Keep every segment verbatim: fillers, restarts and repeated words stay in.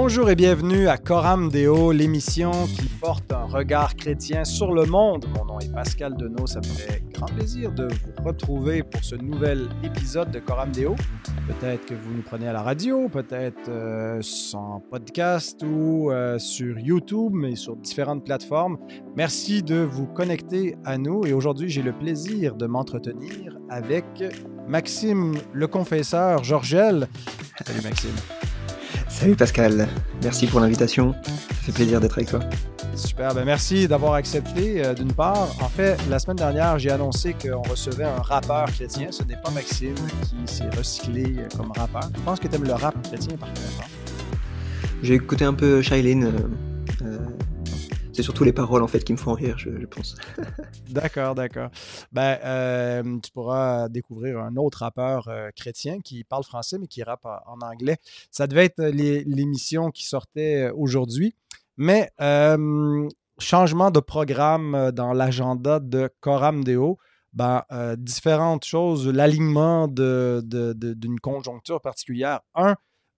Bonjour et bienvenue à Coram Deo, l'émission qui porte un regard chrétien sur le monde. Mon nom est Pascal Deneau, ça me fait grand plaisir de vous retrouver pour ce nouvel épisode de Coram Deo. Peut-être que vous nous prenez à la radio, peut-être euh, en podcast ou euh, sur YouTube, mais sur différentes plateformes. Merci de vous connecter à nous et aujourd'hui, j'ai le plaisir de m'entretenir avec Maxime le confesseur Georgel. Salut Maxime. Salut Pascal, merci pour l'invitation, ça fait plaisir d'être avec toi. Super, ben merci d'avoir accepté euh, d'une part. En fait, la semaine dernière, j'ai annoncé qu'on recevait un rappeur chrétien. Ce n'est pas Maxime qui s'est recyclé euh, comme rappeur. Je pense que tu aimes le rap chrétien particulièrement. J'ai écouté un peu Shailene, euh, euh, c'est surtout les paroles en fait qui me font rire, je, je pense. D'accord, d'accord. Ben, euh, tu pourras découvrir un autre rappeur euh, chrétien qui parle français mais qui rappe en, en anglais. Ça devait être les, l'émission qui sortait aujourd'hui, mais euh, changement de programme dans l'agenda de Coram Deo. Ben, euh, différentes choses, l'alignement de, de, de, d'une conjoncture particulière. Un,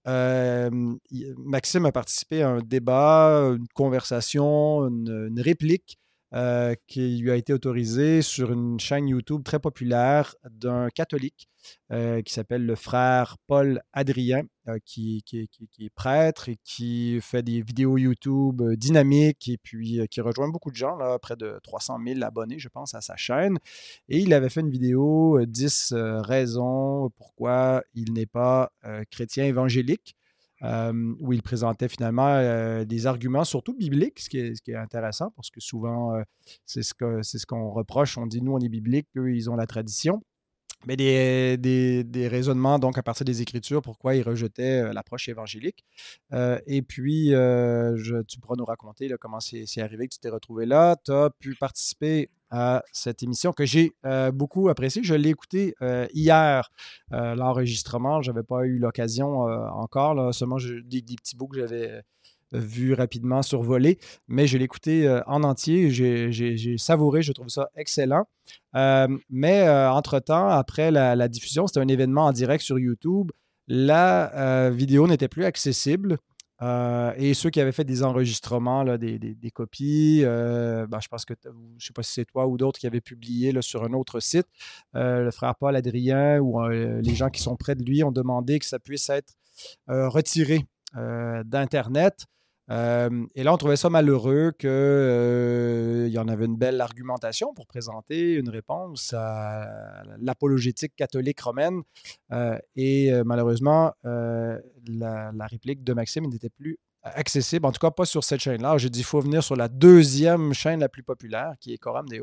Euh, Maxime a participé à un débat, une conversation, une, une réplique euh, qui lui a été autorisée sur une chaîne YouTube très populaire d'un catholique euh, qui s'appelle le frère Paul Adrien, euh, qui, qui, qui, qui est prêtre et qui fait des vidéos YouTube euh, dynamiques et puis euh, qui rejoint beaucoup de gens, là, près de trois cent mille abonnés, je pense, à sa chaîne. Et il avait fait une vidéo, euh, dix euh, raisons pourquoi il n'est pas euh, chrétien évangélique. Euh, où il présentait finalement euh, des arguments, surtout bibliques, ce qui est, ce qui est intéressant, parce que souvent, euh, c'est, ce que, c'est ce qu'on reproche. On dit, nous, on est biblique, eux, ils ont la tradition. Mais des, des, des raisonnements, donc, à partir des Écritures, pourquoi ils rejetaient euh, l'approche évangélique. Euh, et puis, euh, je, tu pourras nous raconter là, comment c'est, c'est arrivé que tu t'es retrouvé là. Tu as pu participer à cette émission que j'ai euh, beaucoup appréciée. Je l'ai écoutée euh, hier, euh, l'enregistrement. Je n'avais pas eu l'occasion euh, encore, là, seulement je, des, des petits bouts que j'avais vu rapidement survoler, mais je l'ai écouté euh, en entier. J'ai, j'ai, j'ai savouré, je trouve ça excellent. Euh, mais euh, entre-temps, après la, la diffusion, c'était un événement en direct sur YouTube. La euh, vidéo n'était plus accessible. Euh, et ceux qui avaient fait des enregistrements, là, des, des, des copies, euh, ben, je pense que, je ne sais pas si c'est toi ou d'autres qui avaient publié là, sur un autre site, euh, le frère Paul Adrien ou euh, les gens qui sont près de lui ont demandé que ça puisse être euh, retiré euh, d'Internet. Euh, et là, on trouvait ça malheureux qu'il euh, y en avait une belle argumentation pour présenter une réponse à l'apologétique catholique romaine. Euh, et euh, malheureusement, euh, la, la réplique de Maxime n'était plus accessible, en tout cas pas sur cette chaîne-là. J'ai dit, il faut venir sur la deuxième chaîne la plus populaire, qui est Coram Deo.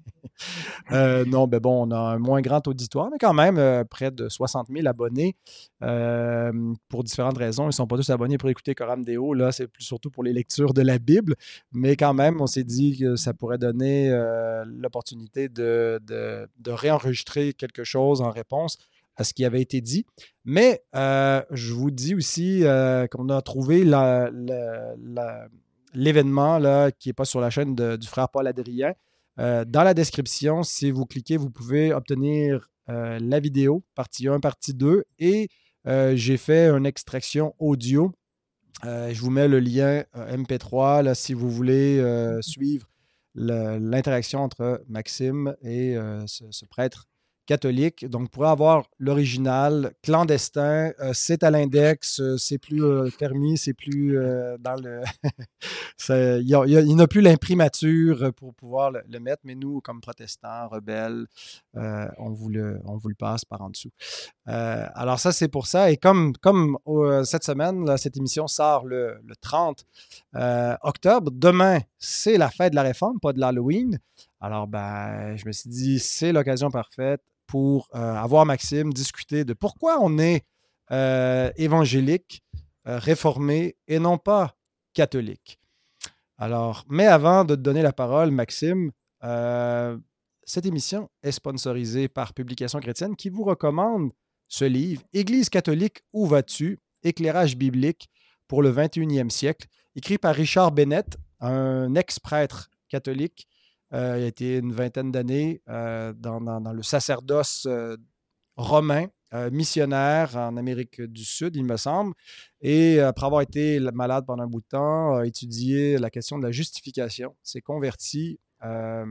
euh, non, ben bon, on a un moins grand auditoire, mais quand même, euh, près de soixante mille abonnés euh, pour différentes raisons. Ils ne sont pas tous abonnés pour écouter Coram Deo. Là, c'est plus surtout pour les lectures de la Bible. Mais quand même, on s'est dit que ça pourrait donner euh, l'opportunité de, de, de réenregistrer quelque chose en réponse à ce qui avait été dit. Mais euh, je vous dis aussi euh, qu'on a trouvé la, la, la, l'événement là, qui n'est pas sur la chaîne de, du frère Paul Adrien. Euh, dans la description, si vous cliquez, vous pouvez obtenir euh, la vidéo, partie un, partie deux, et euh, j'ai fait une extraction audio. Euh, je vous mets le lien euh, M P trois là, si vous voulez euh, suivre le, l'interaction entre Maxime et euh, ce, ce prêtre catholique. Donc, pour avoir l'original clandestin, euh, c'est à l'index, euh, c'est plus euh, permis, c'est plus euh, dans le... Il n'y a plus l'imprimature pour pouvoir le, le mettre, mais nous, comme protestants, rebelles, euh, on, vous le, on vous le passe par en dessous. Euh, alors ça, c'est pour ça. Et comme, comme euh, cette semaine, là, cette émission sort le, le trente euh, octobre, demain, c'est la fête de la Réforme, pas de l'Halloween. Alors, ben, je me suis dit, c'est l'occasion parfaite pour euh, avoir Maxime discuter de pourquoi on est euh, évangélique, euh, réformé et non pas catholique. Alors, mais avant de te donner la parole, Maxime, euh, cette émission est sponsorisée par Publications chrétiennes qui vous recommande ce livre, Église catholique, où vas-tu? Éclairage biblique pour le vingt et unième siècle, écrit par Richard Bennett, un ex-prêtre catholique. Euh, il a été une vingtaine d'années euh, dans, dans, dans le sacerdoce euh, romain euh, missionnaire en Amérique du Sud, il me semble, et après avoir été malade pendant un bout de temps, a étudié la question de la justification, s'est converti euh,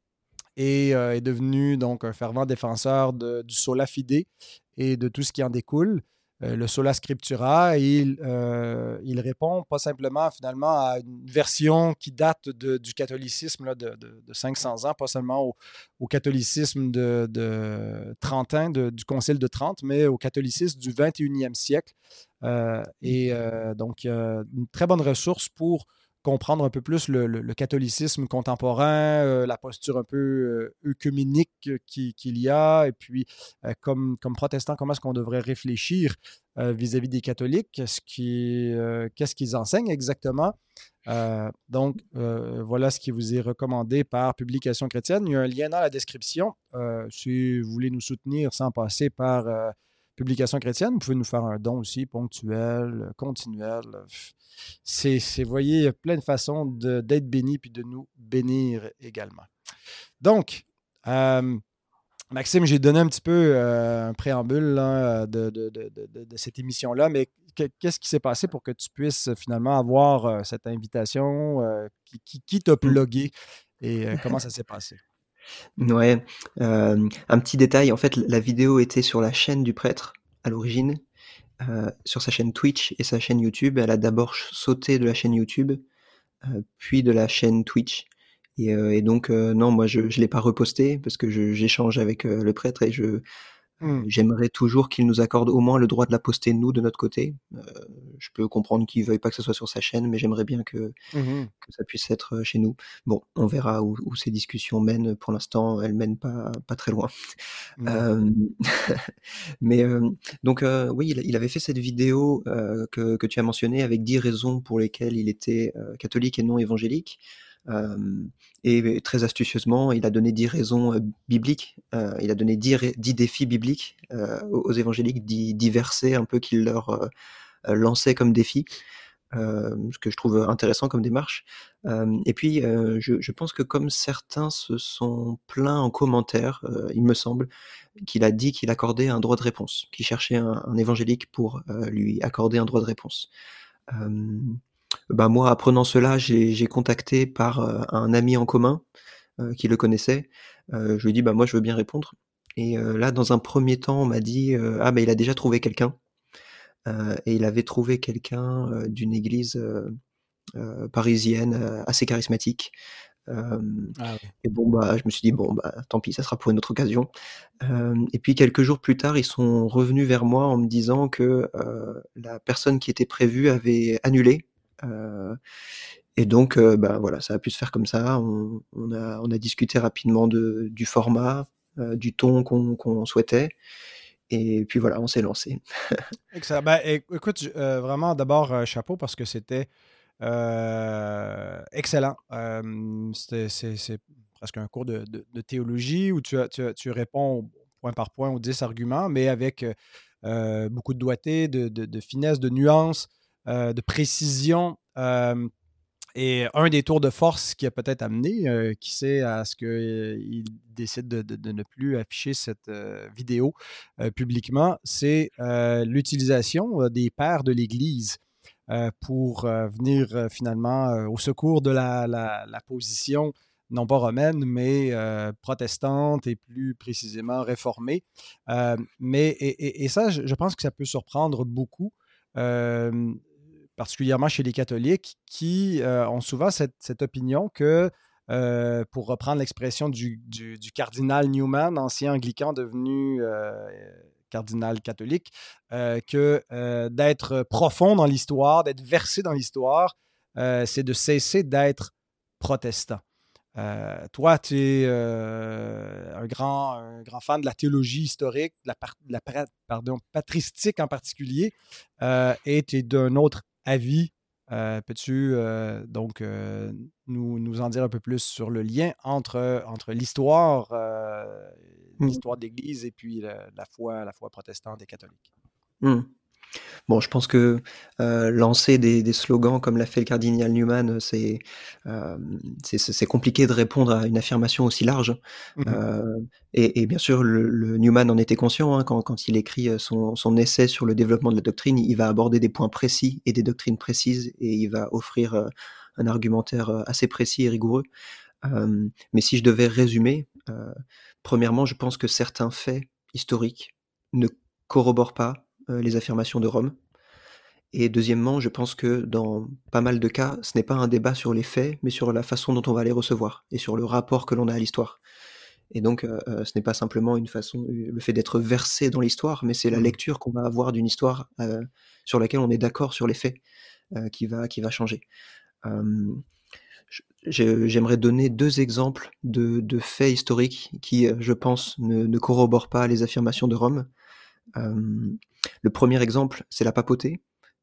et euh, est devenu donc un fervent défenseur de- du sola fide et de tout ce qui en découle, euh, le sola scriptura. Et il, euh, il répond pas simplement finalement à une version qui date de- du catholicisme là, de, de- de cinq cents ans, pas seulement au, au catholicisme de, de Trentin, de- du Concile de Trente, mais au catholicisme du vingt et unième siècle. Euh, et euh, donc, euh, une très bonne ressource pour comprendre un peu plus le, le- le catholicisme contemporain, euh, la posture un peu euh, œcuménique qui- qu'il y a, et puis euh, comme, comme protestant, comment est-ce qu'on devrait réfléchir euh, vis-à-vis des catholiques, qu'est-ce qui, euh, qu'est-ce qu'ils enseignent exactement. Euh, donc, euh, voilà ce qui vous est recommandé par Publication chrétienne. Il y a un lien dans la description. Euh, si vous voulez nous soutenir sans passer par euh, Publication chrétienne, vous pouvez nous faire un don aussi, ponctuel, continuel. C'est, c'est, vous voyez, il y a plein de façons de- d'être béni puis de nous bénir également. Donc, euh, Maxime, j'ai donné un petit peu euh, un préambule là, de, de- de- de- de- de cette émission-là, mais que- qu'est-ce qui s'est passé pour que tu puisses finalement avoir euh, cette invitation? Euh, qui, qui, qui t'a Mmh. plugué et euh, comment ça s'est passé? Ouais, hem, un petit détail, en fait, la vidéo était sur la chaîne du prêtre, à l'origine, heu, sur sa chaîne Twitch et sa chaîne YouTube. Elle a d'abord ch sauté de la chaîne YouTube, heu, puis de la chaîne Twitch et heu et donc heu, non, moi je je l'ai pas repostée parce que je j'échange avec, heu, le prêtre et je Heu, Hmm. j'aimerais toujours qu'il nous accorde au moins le droit de la poster nous, de notre côté. Heu, je peux comprendre qu'il veuille pas que ce soit sur sa chaîne, mais j'aimerais bien que Mhm. que ça puisse être, heu, chez nous. Bon, on verra où où ces discussions mènent. Pour l'instant, elles mènent pas pas très loin. Non. Hem, mais, hem, donc, heu, oui, il il avait fait cette vidéo, heu, que que tu as mentionnée avec dix raisons pour lesquelles il était, heu, catholique et non évangélique. Hem et très astucieusement, il a donné dix raisons, heu, bibliques. Heu, il a donné dix ré dix défis bibliques, heu, aux aux évangéliques, dix dix versets un peu qu'il leur, heu, heu, lançait comme défi. Hem, ce que je trouve intéressant comme démarche. Hem et puis, heu, je je pense que comme certains se sont plaints en commentaire, heu, il me semble, qu'il a dit qu'il accordait un droit de réponse, qu'il cherchait un un évangélique pour, heu, lui accorder un droit de réponse. Hem, Bah, moi, apprenant cela, j'ai j'ai contacté par, heu, un ami en commun, heu, qui le connaissait. Heu, je lui ai dit: «Bah, moi, je veux bien répondre» et heu, là, dans un premier temps, on m'a dit, heu: «Ah, bah, il a déjà trouvé quelqu'un», heu et il avait trouvé quelqu'un, heu, d'une église, heu heu, parisienne, heu, assez charismatique. Hem Ah oui. et bon, bah, je me suis dit: «Bon, bah, tant pis, ça sera pour une autre occasion». Hem et puis quelques jours plus tard, ils sont revenus vers moi en me disant que, heu, la personne qui était prévue avait annulé. Heu et donc, heu, bah, voilà, ça a pu se faire comme ça. On on a on a discuté rapidement de du format, heu, du ton qu'on qu'on souhaitait et puis voilà, on s'est lancé. Excellent. Ben, é- écoute, je- euh, vraiment, d'abord, euh, chapeau parce que c'était euh, excellent. Euh, c'était- c'est c'est presque un cours de, de- de théologie où tu, as- tu, as- tu réponds point par point aux dix arguments, mais avec euh, euh, beaucoup de doigté, de, de- de finesse, de nuance, euh, de précision. Euh, et un des tours de force qui a peut-être amené, euh, qui sait, à ce qu'il décide de, de- de ne plus afficher cette euh, vidéo euh, publiquement, c'est euh, l'utilisation euh, des pères de l'Église euh, pour euh, venir euh, finalement euh, au secours de la, la- la position, non pas romaine, mais euh, protestante et plus précisément réformée. Euh, mais, et, et- et ça, je, je pense que ça peut surprendre beaucoup. euh, Particulièrement chez les catholiques, qui euh, ont souvent cette, cette opinion que, euh, pour reprendre l'expression du, du- du cardinal Newman, ancien anglican devenu euh, cardinal catholique, euh, que euh, d'être profond dans l'histoire, d'être versé dans l'histoire, euh, c'est de cesser d'être protestant. Euh, toi, tu es euh, un, grand, un grand fan de la théologie historique, de la, par- de la pra- pardon, patristique en particulier, euh, et tu es d'un autre avis. Euh, peux-tu euh, donc euh, nous, nous en dire un peu plus sur le lien entre, entre l'histoire, euh, Mmh. l'histoire de l'Église et puis la, la foi, la foi protestante et catholique? Mmh. Bon, je pense que, heu, lancer des des slogans comme l'a fait le cardinal Newman, c'est, hem, c'est c'est c'est compliqué de répondre à une affirmation aussi large. Mmh. Heu et et bien sûr, le le Newman en était conscient, hein, quand quand il écrit, heu, son son essai sur le développement de la doctrine, il va aborder des points précis et des doctrines précises et il va offrir, heu, un argumentaire, heu, assez précis et rigoureux. Hem, mais si je devais résumer, heu, premièrement, je pense que certains faits historiques ne corroborent pas, heu, les affirmations de Rome. Et deuxièmement, je pense que dans pas mal de cas, ce n'est pas un débat sur les faits, mais sur la façon dont on va les recevoir et sur le rapport que l'on a à l'histoire. Et donc, heu heu, ce n'est pas simplement une façon heu, le fait d'être versé dans l'histoire, mais c'est la Mmh. lecture qu'on va avoir d'une histoire, heu, sur laquelle on est d'accord sur les faits, heu, qui va qui va changer. Hem, je je j'aimerais donner deux exemples de de faits historiques qui, heu, je pense, ne ne corroborent pas les affirmations de Rome. Hem, le premier exemple, c'est la papauté.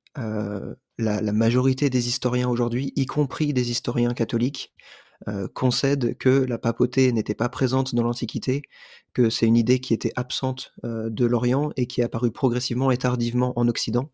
Heu, la la majorité des historiens aujourd'hui, y compris des historiens catholiques, heu, concèdent que la papauté n'était pas présente dans l'Antiquité, que c'est une idée qui était absente, heu, de l'Orient et qui est apparue progressivement et tardivement en Occident.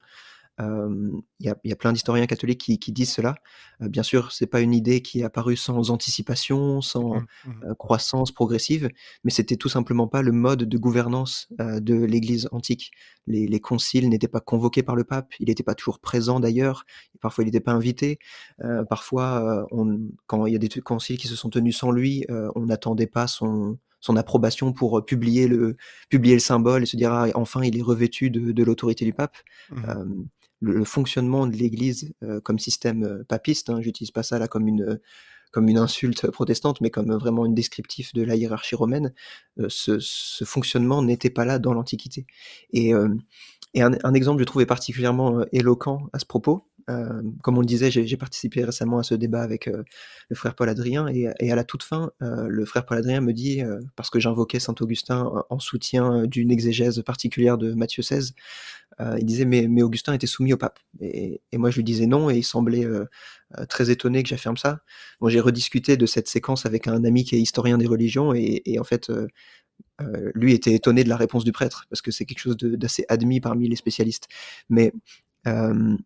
Hem, il y a il y a plein d'historiens catholiques qui qui disent cela. Heu, bien sûr, c'est pas une idée qui est apparue sans anticipation, sans, Mmh. Mmh. heu, croissance progressive, mais c'était tout simplement pas le mode de gouvernance, heu, de l'Église antique. Les les conciles n'étaient pas convoqués par le pape, il n'était pas toujours présent d'ailleurs, parfois il n'était pas invité. Heu, parfois, heu, on quand il y a des t conciles qui se sont tenus sans lui, heu, on n'attendait pas son son approbation pour, heu, publier le publier le symbole et se dire: «Ah enfin il est revêtu de de l'autorité du pape». Mmh. Hem le le fonctionnement de l'Église, heu, comme système, heu, papiste, hein, j'utilise pas ça là comme une, heu, comme une insulte protestante, mais comme, heu, vraiment une descriptif de la hiérarchie romaine, heu, ce ce fonctionnement n'était pas là dans l'Antiquité et hem et un un exemple, je trouve, est particulièrement, heu, éloquent à ce propos. Hem, comme on le disait, j'ai j'ai participé récemment à ce débat avec, heu, le frère Paul Adrien et et à la toute fin, heu, le frère Paul Adrien me dit, heu, parce que j'invoquais saint Augustin en en soutien, heu, d'une exégèse particulière de Matthieu seize. Heu, il disait: «Mais mais Augustin était soumis au pape» et et moi je lui disais: «Non» et il semblait, heu heu, très étonné que j'affirme ça. Bon, j'ai rediscuté de cette séquence avec un ami qui est historien des religions et et en fait, heu heu, lui était étonné de la réponse du prêtre parce que c'est quelque chose de d'assez admis parmi les spécialistes. Mais, hem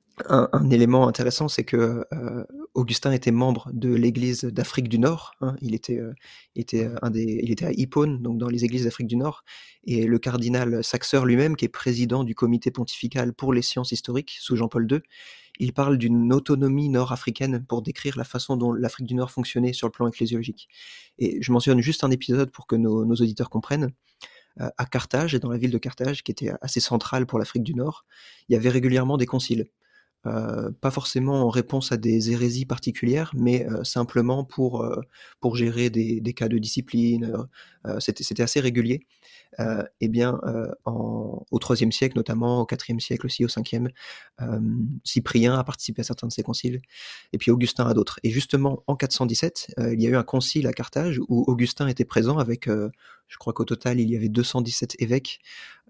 un un élément intéressant, c'est que, heu, Augustin était membre de l'Église d'Afrique du Nord, hein. Il était, heu, il était, heu, Mmh. un des il était à Hippone, donc dans les églises d'Afrique du Nord et le cardinal Saxeur lui-même, qui est président du comité pontifical pour les sciences historiques sous Jean-Paul deux, il parle d'une autonomie nord-africaine pour décrire la façon dont l'Afrique du Nord fonctionnait sur le plan ecclésiologique et je mentionne juste un épisode pour que nos nos auditeurs comprennent. Heu, à Carthage et dans la ville de Carthage, qui était assez centrale pour l'Afrique du Nord, il y avait régulièrement des conciles. Heu, pas forcément en réponse à des hérésies particulières, mais heu, simplement pour, heu, pour gérer des des cas de discipline, heu heu, c'était c'était assez régulier. Heu et bien, heu, en au troisième siècle notamment, au quatrième siècle aussi, au cinquième, hem, Cyprien a participé à certains de ces conciles et puis Augustin à d'autres et justement en quatre cent dix-sept, heu, il y a eu un concile à Carthage où Augustin était présent avec, heu, je crois qu'au total il y avait deux cent dix-sept évêques,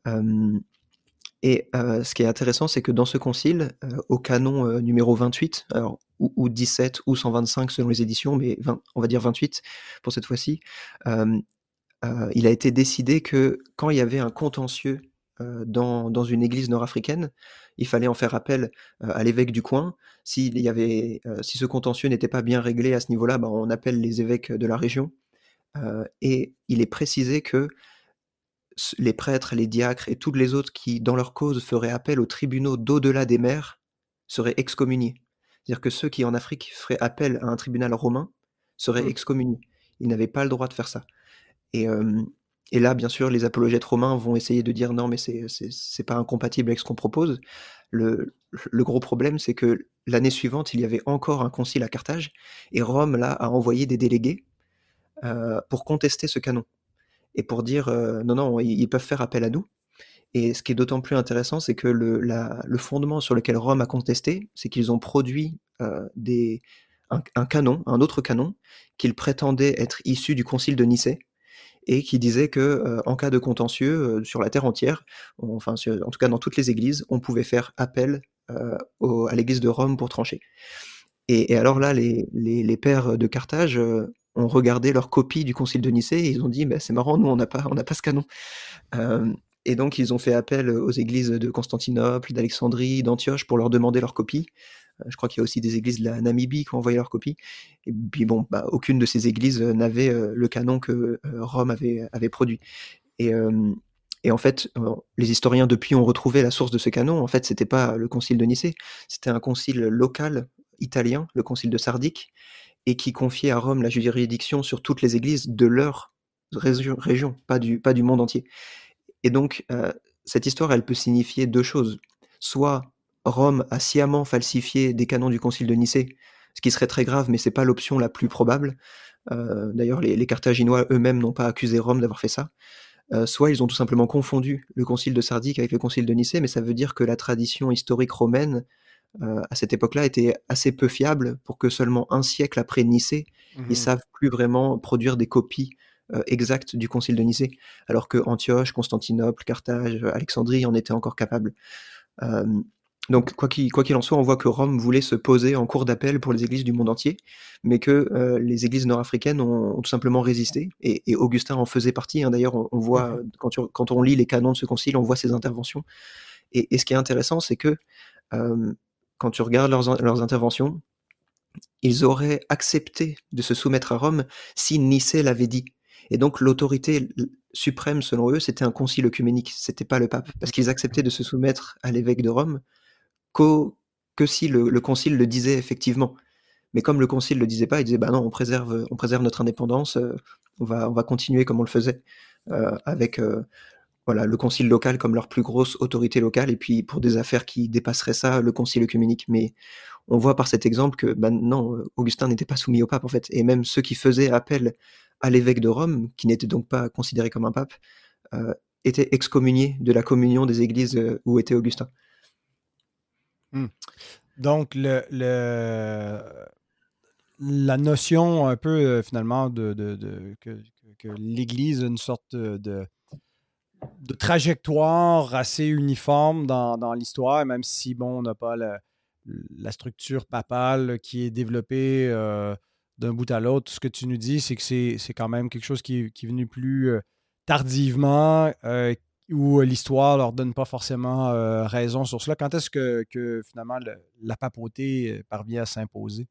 hem et heu, ce qui est intéressant, c'est que dans ce concile, heu, au canon, heu, numéro vingt-huit, alors ou ou dix-sept ou cent vingt-cinq selon les éditions, mais vingt on va dire vingt-huit pour cette fois-ci, hem, heu, il a été décidé que quand il y avait un contentieux, heu, dans dans une église nord-africaine, il fallait en faire appel, heu, à l'évêque du coin. S'il y avait, heu, si ce contentieux n'était pas bien réglé à ce niveau-là, bah, on appelle les évêques de la région, heu et il est précisé que s les prêtres, les diacres et toutes les autres qui, dans leur cause, feraient appel aux tribunaux d'au-delà des mers, seraient excommuniés. C'est-à-dire que ceux qui, en Afrique, feraient appel à un tribunal romain seraient Mmh. excommuniés. Ils n'avaient pas le droit de faire ça et hem et là, bien sûr, les apologètes romains vont essayer de dire: «Non, mais c'est c'est c'est pas incompatible avec ce qu'on propose». Le le gros problème, c'est que l'année suivante, il y avait encore un concile à Carthage et Rome, là, a envoyé des délégués, heu, pour contester ce canon et pour dire, heu: «Non, non, ils ils peuvent faire appel à nous». Et ce qui est d'autant plus intéressant, c'est que le la le fondement sur lequel Rome a contesté, c'est qu'ils ont produit, heu, des un un canon, un autre canon, qu'ils prétendaient être issu du concile de Nicée et qui disait que, heu, en cas de contentieux, heu, sur la terre entière, on- enfin sur en tout cas dans toutes les églises, on pouvait faire appel, heu, au à l'église de Rome pour trancher. Et et alors là, les les les pères de Carthage, heu, ont regardé leur copie du concile de Nicée et ils ont dit: «Bah, c'est marrant, nous on n'a pas on n'a pas ce canon». Hem Et donc, ils ont fait appel aux églises de Constantinople, d'Alexandrie, d'Antioche pour leur demander leur copie. Euh, je crois qu'il y a aussi des églises de la Namibie qui ont envoyé leur copie. Et puis bon, bah, aucune de ces églises n'avait euh, le canon que euh, Rome avait, avait produit. Et, euh, et en fait, euh, les historiens depuis ont retrouvé la source de ce canon. En fait, c'était pas le concile de Nicée, c'était un concile local italien, le concile de Sardique, et qui confiait à Rome la juridiction sur toutes les églises de leur région, région pas, du, pas du monde entier. Et donc, euh, cette histoire, elle peut signifier deux choses. Soit Rome a sciemment falsifié des canons du concile de Nicée, ce qui serait très grave, mais c'est pas l'option la plus probable. Euh, D'ailleurs, les, les Carthaginois eux-mêmes n'ont pas accusé Rome d'avoir fait ça. Euh, soit ils ont tout simplement confondu le concile de Sardique avec le concile de Nicée, mais ça veut dire que la tradition historique romaine, euh, à cette époque-là, était assez peu fiable pour que seulement un siècle après Nicée, ils Mhm. savent plus vraiment produire des copies euh, exactes du concile de Nicée, alors que Antioche, Constantinople, Carthage, Alexandrie en étaient encore capables. Euh, donc, quoi qu'il quoi qu'il en soit, on voit que Rome voulait se poser en cour d'appel pour les églises du monde entier, mais que euh, les églises nord-africaines ont, ont tout simplement résisté, et, et Augustin en faisait partie. Hein. D'ailleurs, on, on voit, Mhm. quand, tu- quand on lit les canons de ce concile, on voit ses interventions. Et, et ce qui est intéressant, c'est que euh, quand tu regardes leurs, leurs interventions, ils auraient accepté de se soumettre à Rome si Nicée l'avait dit. Et donc l'autorité suprême, selon eux, c'était un concile œcuménique, c'était pas le pape, parce qu'ils acceptaient de se soumettre à l'évêque de Rome qu'au- que si le, le concile le disait effectivement. Mais comme le concile le disait pas, il disait bah non, on préserve, on préserve notre indépendance, euh, on va, on va continuer comme on le faisait, euh, avec euh, voilà, le concile local comme leur plus grosse autorité locale, et puis pour des affaires qui dépasseraient ça, le concile œcuménique. Mais on voit par cet exemple que bah non, euh, Augustin n'était pas soumis au pape en fait, et même ceux qui faisaient appel à l'évêque de Rome, qui n'était donc pas considéré comme un pape, euh, étaient excommuniés de la communion des églises euh, où était Augustin. Hmm. Donc, le, le- la notion un peu euh, finalement de, de- de- que, que- que l'Église a une sorte de, de trajectoire assez uniforme dans, dans l'histoire, même si, bon, on n'a pas la, la structure papale qui est développée euh, d'un bout à l'autre. Ce que tu nous dis, c'est que c'est, c'est quand même quelque chose qui, est qui est venu plus euh, tardivement, euh, où l'histoire ne leur donne pas forcément euh, raison sur cela. Quand est-ce que, que finalement le- la papauté euh, parvient à s'imposer?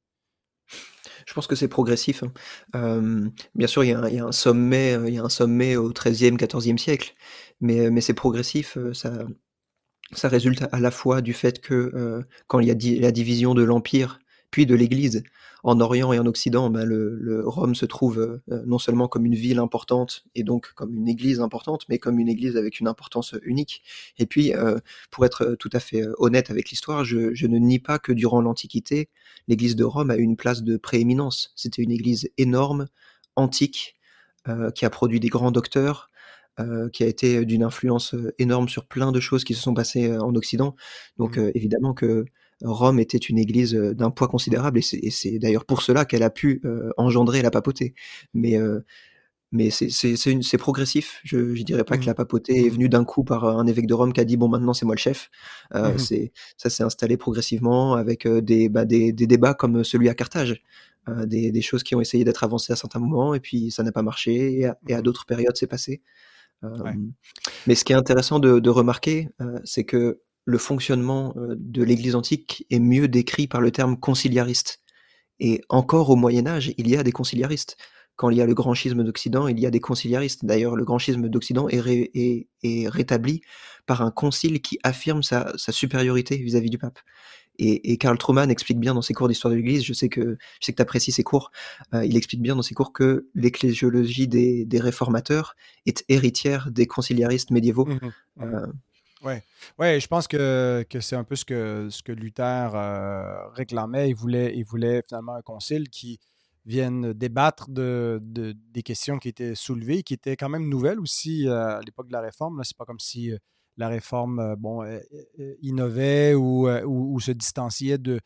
Je pense que c'est progressif. Hein. Euh, bien sûr, il y, a un, il y a un sommet, euh, il y a un sommet au treizième, quatorzième siècle, mais, mais c'est progressif. euh, Ça, ça résulte à la fois du fait que euh, quand il y a di- la division de l'Empire, puis de l'Église, en Orient et en Occident, ben le, le Rome se trouve euh, non seulement comme une ville importante et donc comme une église importante, mais comme une église avec une importance unique. Et puis, euh, pour être tout à fait euh, honnête avec l'histoire, je, je ne nie pas que durant l'Antiquité, l'église de Rome a eu une place de prééminence. C'était une église énorme, antique, euh, qui a produit des grands docteurs, euh, qui a été d'une influence euh, énorme sur plein de choses qui se sont passées euh, en Occident. Donc Mhm. euh, évidemment que Rome était une église euh, d'un poids considérable, et c'est, et c'est d'ailleurs pour cela qu'elle a pu euh, engendrer la papauté. Mais, euh, mais c'est, c'est, c'est, une- c'est progressif. Je ne dirais pas que Mhm. la papauté est Mhm. venue d'un coup par un évêque de Rome qui a dit bon maintenant c'est moi le chef. Euh, Mhm. c'est, ça s'est installé progressivement avec euh, des, bah, des, des débats comme celui à Carthage. Euh, des, des choses qui ont essayé d'être avancées à certains moments et puis ça n'a pas marché, et à, et à Mhm. d'autres périodes c'est passé. Euh, Ouais. mais ce qui est intéressant de, de remarquer, euh, c'est que le fonctionnement euh, de l'Église antique est mieux décrit par le terme conciliariste. Et encore au Moyen Âge, il y a des conciliaristes. Quand il y a le grand schisme d'Occident, il y a des conciliaristes. D'ailleurs, le grand schisme d'Occident est, ré- est- est rétabli par un concile qui affirme sa, sa supériorité vis-à-vis du pape. Et, et Karl Truman explique bien dans ses cours d'histoire de l'Église, je sais que, je sais que tu apprécies ses cours, euh, il explique bien dans ses cours que l'ecclésiologie des, des réformateurs est héritière des conciliaristes médiévaux. Mhm. Mhm. Euh, Ouais. Ouais, je pense que, que c'est un peu ce que, ce que Luther euh, réclamait. Il voulait, il voulait finalement un concile qui vienne débattre de, de- des questions qui étaient soulevées, qui étaient quand même nouvelles aussi euh, à l'époque de la Réforme. Là, c'est pas comme si euh, la Réforme euh, bon, euh, euh, innovait ou, euh, ou- ou se distanciait de,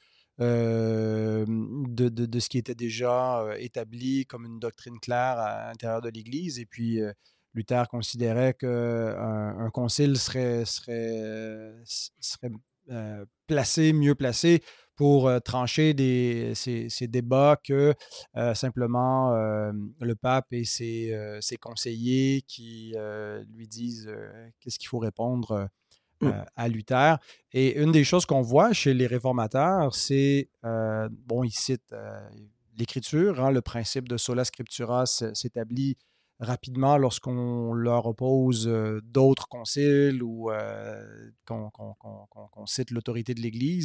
euh, de, de- de ce qui était déjà euh, établi comme une doctrine claire à l'intérieur de l'Église. Et puis, euh, Luther considérait qu'un un concile serait, serait, serait euh, placé, mieux placé pour euh, trancher des, ces, ces débats que euh, simplement euh, le pape et ses, euh, ses conseillers qui euh, lui disent euh, qu'est-ce qu'il faut répondre Mm. euh, à Luther. Et une des choses qu'on voit chez les réformateurs, c'est, euh, bon, ils citent euh, l'Écriture, hein, le principe de sola scriptura s'établit rapidement lorsqu'on leur oppose euh, d'autres conciles ou euh, qu'on qu'on- qu'on- qu'on- qu'on cite l'autorité de l'Église.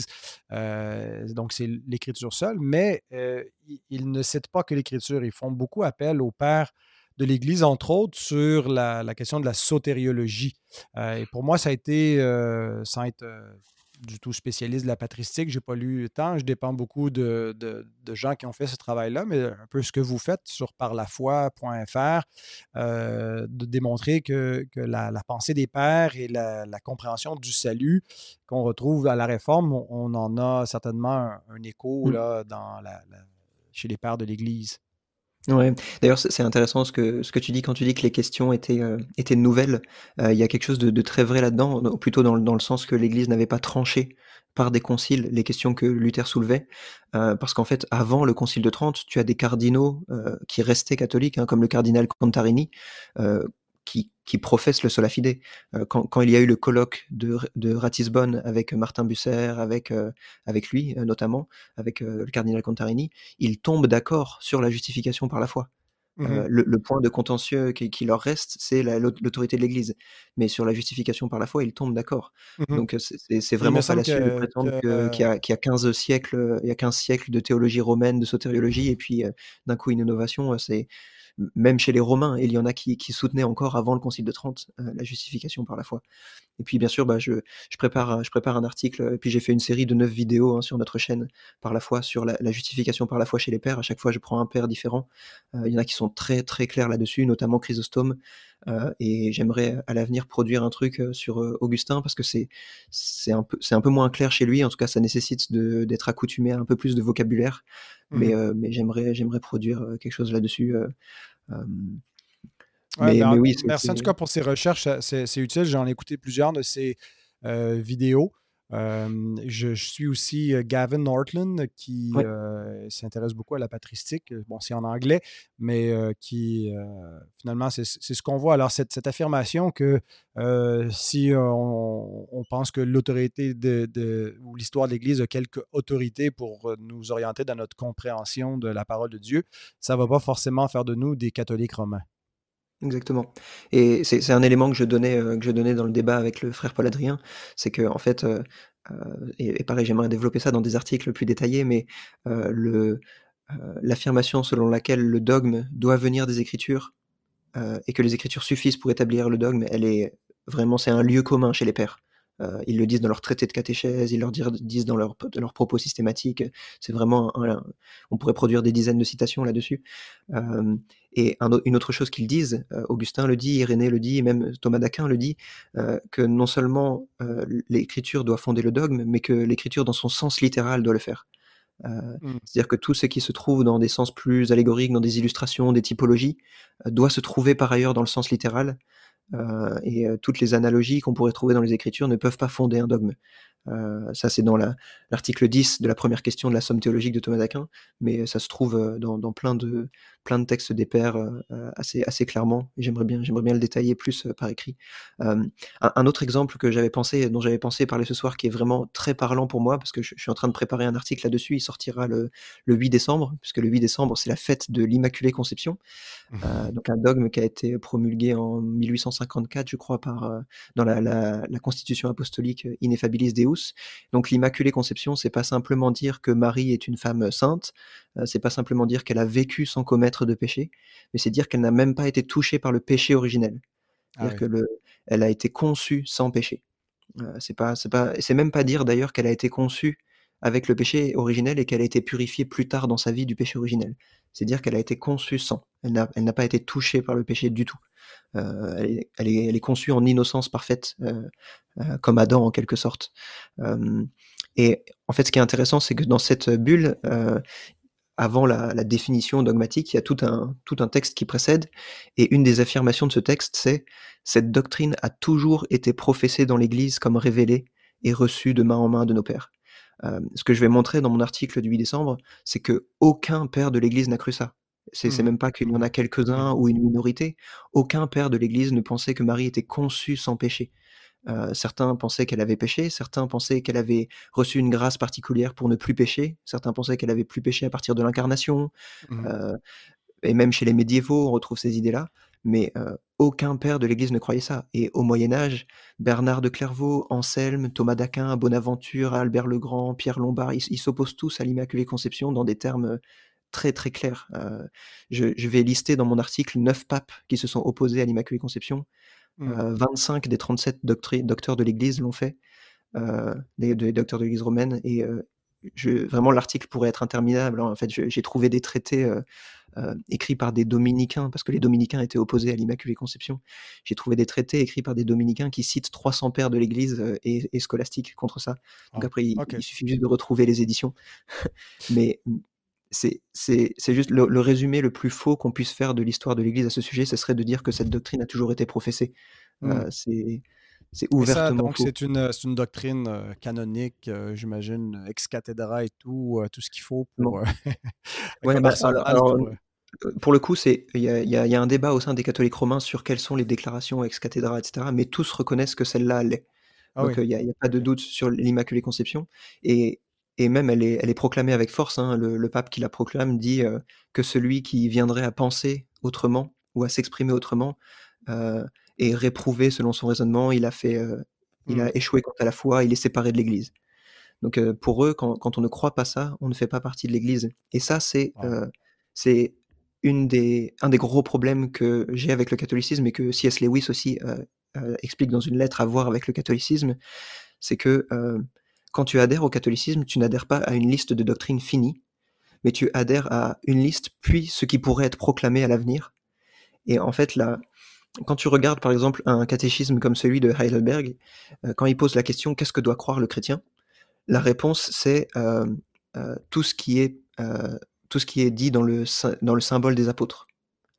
Euh, donc, c'est l'Écriture seule, mais euh, ils, ils ne citent pas que l'Écriture. Ils font beaucoup appel au Père de l'Église, entre autres, sur la, la question de la sotériologie. Euh, et pour moi, ça a été, euh, sans être euh, du tout spécialiste de la patristique, j'ai pas lu tant. Je dépends beaucoup de, de- de gens qui ont fait ce travail-là, mais un peu ce que vous faites sur parlafoi point f r, euh, de démontrer que, que la, la pensée des pères et la, la compréhension du salut qu'on retrouve à la Réforme, on, on en a certainement un, un écho Mm. là, dans la, la- chez les pères de l'Église. Ouais. D'ailleurs, c'est c'est intéressant ce que, ce que tu dis quand tu dis que les questions étaient, euh, étaient nouvelles. Euh, Il y a quelque chose de, de très vrai là-dedans, ou plutôt dans, le- dans le sens que l'Église n'avait pas tranché par des conciles les questions que Luther soulevait. Euh, parce qu'en fait, avant le concile de Trente, tu as des cardinaux euh, qui restaient catholiques, hein, comme le cardinal Contarini, euh, qui, qui professent le sola fide. Euh, quand, quand il y a eu le colloque de, de Ratisbonne avec Martin Bucer, avec, euh, avec lui euh, notamment, avec euh, le cardinal Contarini, ils tombent d'accord sur la justification par la foi. Mhm, Euh, le, le point de contentieux qui, qui leur reste, c'est la- l'autorité de l'Église. Mais sur la justification par la foi, ils tombent d'accord. mhm. Donc euh, c'est c'est- c'est Il me vraiment semble fallacieux de que, prétendre que, que- qu'il y a, qu'il y a quinze siècles, il y a quinze siècles de théologie romaine, de sotériologie, et puis euh, d'un coup une innovation. euh, C'est même chez les Romains, il y en a qui, qui soutenaient encore avant le Concile de Trente euh, la justification par la foi. Et puis bien sûr, bah, je, je, prépare, je prépare un article, et puis j'ai fait une série de neuf vidéos hein, sur notre chaîne par la foi, sur la, la justification par la foi chez les pères. À chaque fois, je prends un père différent. Euh, il y en a qui sont très très clairs là-dessus, notamment Chrysostome. Euh, et j'aimerais à l'avenir produire un truc euh, sur euh, Augustin, parce que c'est c'est un, peu- c'est un peu moins clair chez lui. En tout cas, ça nécessite de- d'être accoutumé à un peu plus de vocabulaire. Mais, mhm. euh, mais j'aimerais j'aimerais produire euh, quelque chose là-dessus. euh, euh, Ouais, mais, ben, mais en- oui, c'est... merci en tout c'est- cas pour ces recherches, ça- c'est c'est utile. J'en ai écouté plusieurs de ces euh, vidéos. Euh, je, je suis aussi euh, Gavin Nortland qui Ouais. euh, s'intéresse beaucoup à la patristique. Bon, c'est en anglais, mais euh, qui euh, finalement, c'est c'est ce qu'on voit. Alors, cette, cette affirmation que euh, si on, on pense que l'autorité de, de- ou l'histoire de l'Église a quelque autorité pour euh, nous orienter dans notre compréhension de la parole de Dieu, ça ne va pas forcément faire de nous des catholiques romains. Exactement. Et c'est c'est un élément que je donnais, heu, que je donnais dans le débat avec le frère Paul Adrien, c'est qu'en fait, heu heu et et pareil, j'aimerais développer ça dans des articles plus détaillés, mais heu, le heu, l'affirmation selon laquelle le dogme doit venir des Écritures, heu et que les Écritures suffisent pour établir le dogme, elle est vraiment, c'est un lieu commun chez les pères. Heu, ils le disent dans leurs traités de catéchèse, ils le dire disent dans leurs dans leurs propos systématiques. C'est vraiment un un on pourrait produire des dizaines de citations là-dessus. Hem Et un au une autre chose qu'ils disent, heu, Augustin le dit, Irénée le dit et même Thomas d'Aquin le dit, heu, que non seulement, heu, l'Écriture doit fonder le dogme, mais que l'Écriture dans son sens littéral doit le faire. Heu, Mm. C'est-à-dire que tout ce qui se trouve dans des sens plus allégoriques, dans des illustrations, des typologies, heu, doit se trouver par ailleurs dans le sens littéral, heu et heu, toutes les analogies qu'on pourrait trouver dans les Écritures ne peuvent pas fonder un dogme. Euh, ça, c'est dans la, l'article dix de la première question de la somme théologique de Thomas d'Aquin, mais ça se trouve euh, dans, dans plein, de, plein de textes des pères euh, assez, assez clairement. Et j'aimerais bien, j'aimerais bien le détailler plus euh, par écrit. Euh, un, un autre exemple que j'avais pensé, dont j'avais pensé parler ce soir, qui est vraiment très parlant pour moi, parce que je, je suis en train de préparer un article là-dessus. Il sortira le, le huit décembre, puisque le huit décembre, c'est la fête de l'Immaculée Conception. Euh, donc un dogme qui a été promulgué en mille huit cent cinquante-quatre, je crois, par, euh, dans la, la, la Constitution apostolique Ineffabilis Deus. Donc l'Immaculée Conception, c'est pas simplement dire que Marie est une femme sainte, euh, c'est pas simplement dire qu'elle a vécu sans commettre de péché, mais c'est dire qu'elle n'a même pas été touchée par le péché originel. Ah C'est-à-dire oui. que le, elle a été conçue sans péché. Euh, c'est pas, c'est pas, c'est même pas dire d'ailleurs qu'elle a été conçue avec le péché originel et qu'elle a été purifiée plus tard dans sa vie du péché originel. C'est dire qu'elle a été conçue sans. Elle n'a, elle n'a pas été touchée par le péché du tout. Euh, elle, est, elle, est, elle est conçue en innocence parfaite, euh, euh, comme Adam en quelque sorte. Euh, et en fait, ce qui est intéressant, c'est que dans cette bulle, euh, avant la, la définition dogmatique, il y a tout un, tout un texte qui précède, et une des affirmations de ce texte, c'est « Cette doctrine a toujours été professée dans l'Église comme révélée et reçue de main en main de nos pères ». Euh, ce que je vais montrer dans mon article du huit décembre, c'est que aucun père de l'Église n'a cru ça. C'est, c'est Mhm. même pas qu'il y en Mhm. a quelques-uns Mhm. ou une minorité. Aucun père de l'Église ne pensait que Marie était conçue sans péché. Euh, certains pensaient qu'elle avait péché, certains pensaient qu'elle avait reçu une grâce particulière pour ne plus pécher, certains pensaient qu'elle avait plus péché à partir de l'incarnation, Mhm. euh, et même chez les médiévaux, on retrouve ces idées-là, mais euh, aucun père de l'Église ne croyait ça. Et au Moyen Âge, Bernard de Clairvaux, Anselme, Thomas d'Aquin, Bonaventure, Albert le Grand, Pierre Lombard, ils, ils s'opposent tous à l'Immaculée Conception dans des termes très très clairs. Euh, je, je vais lister dans mon article neuf papes qui se sont opposés à l'Immaculée Conception. Mhm. Euh, vingt-cinq des trente-sept doctri- docteurs de l'Église l'ont fait, euh, des, des docteurs de l'Église romaine, et euh, je, vraiment l'article pourrait être interminable. En fait, je, j'ai trouvé des traités euh, euh, écrits par des dominicains, parce que les dominicains étaient opposés à l'Immaculée Conception. J'ai trouvé des traités écrits par des dominicains qui citent trois cents pères de l'Église euh, et, et scolastiques contre ça. Donc Ah, après, il, OK. il suffit juste de retrouver les éditions. Mais c'est, c'est, c'est juste le, le résumé le plus faux qu'on puisse faire de l'histoire de l'Église à ce sujet, ce serait de dire que cette doctrine a toujours été professée. Mhm. Euh, c'est, c'est Et ça, ouvertement donc, faux. c'est une, c'est une doctrine euh, canonique, euh, j'imagine, ex cathedra et tout, euh, tout ce qu'il faut pour. Bon. euh, Ouais, comme bah, alors, arsenal alors, pour. euh, euh, pour le coup, c'est il y a, il y a- il y a un débat au sein des catholiques romains sur quelles sont les déclarations ex cathedra, et cetera. Mais tous reconnaissent que celle-là l'est. Ah Donc oui. euh, il n'y a, il y a pas de OK. doute sur l'Immaculée Conception. Et, et même elle est, elle est proclamée avec force, hein. Le, le pape qui la proclame dit euh, que celui qui viendrait à penser autrement ou à s'exprimer autrement euh, est réprouvé selon son raisonnement. Il a fait, euh, il Mhm. a échoué quant à la foi. Il est séparé de l'Église. Donc euh, pour eux, quand, quand on ne croit pas ça, on ne fait pas partie de l'Église. Et ça, c'est Wow. euh, c'est une des, un des gros problèmes que j'ai avec le catholicisme et que C S. Lewis aussi euh, euh, explique dans une lettre à voir avec le catholicisme, c'est que euh, quand tu adhères au catholicisme, tu n'adhères pas à une liste de doctrines finie, mais tu adhères à une liste, puis ce qui pourrait être proclamé à l'avenir. Et en fait, là, quand tu regardes par exemple un catéchisme comme celui de Heidelberg, euh, quand il pose la question qu'est-ce que doit croire le chrétien, la réponse, c'est euh, euh, tout ce qui est euh, tout ce qui est dit dans le dans le symbole des apôtres.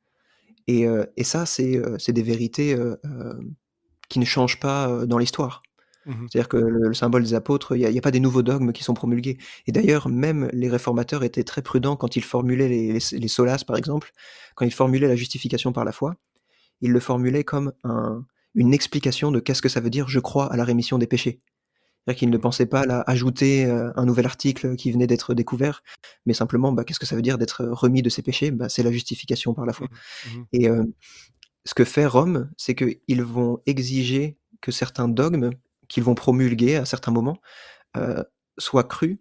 Et, euh, et ça, c'est euh, c'est des vérités euh, euh, qui ne changent pas euh, dans l'histoire. Mhm. C'est-à-dire que le, le symbole des apôtres, il n'y a, a, pas des nouveaux dogmes qui sont promulgués. Et d'ailleurs, même les réformateurs étaient très prudents quand ils formulaient les, les, les solas, par exemple, quand ils formulaient la justification par la foi, ils le formulaient comme un, une explication de qu'est-ce que ça veut dire je crois à la rémission des péchés. C'est-à-dire qu'ils ne Mhm. pensaient pas là, ajouter euh, un nouvel article qui venait d'être découvert, mais simplement, bah, qu'est-ce que ça veut dire d'être remis de ses péchés, bah, c'est la justification par la foi. Mhm. Mhm. Et euh, ce que fait Rome, c'est qu'ils vont exiger que certains dogmes qu'ils vont promulguer à certains moments euh, soient crus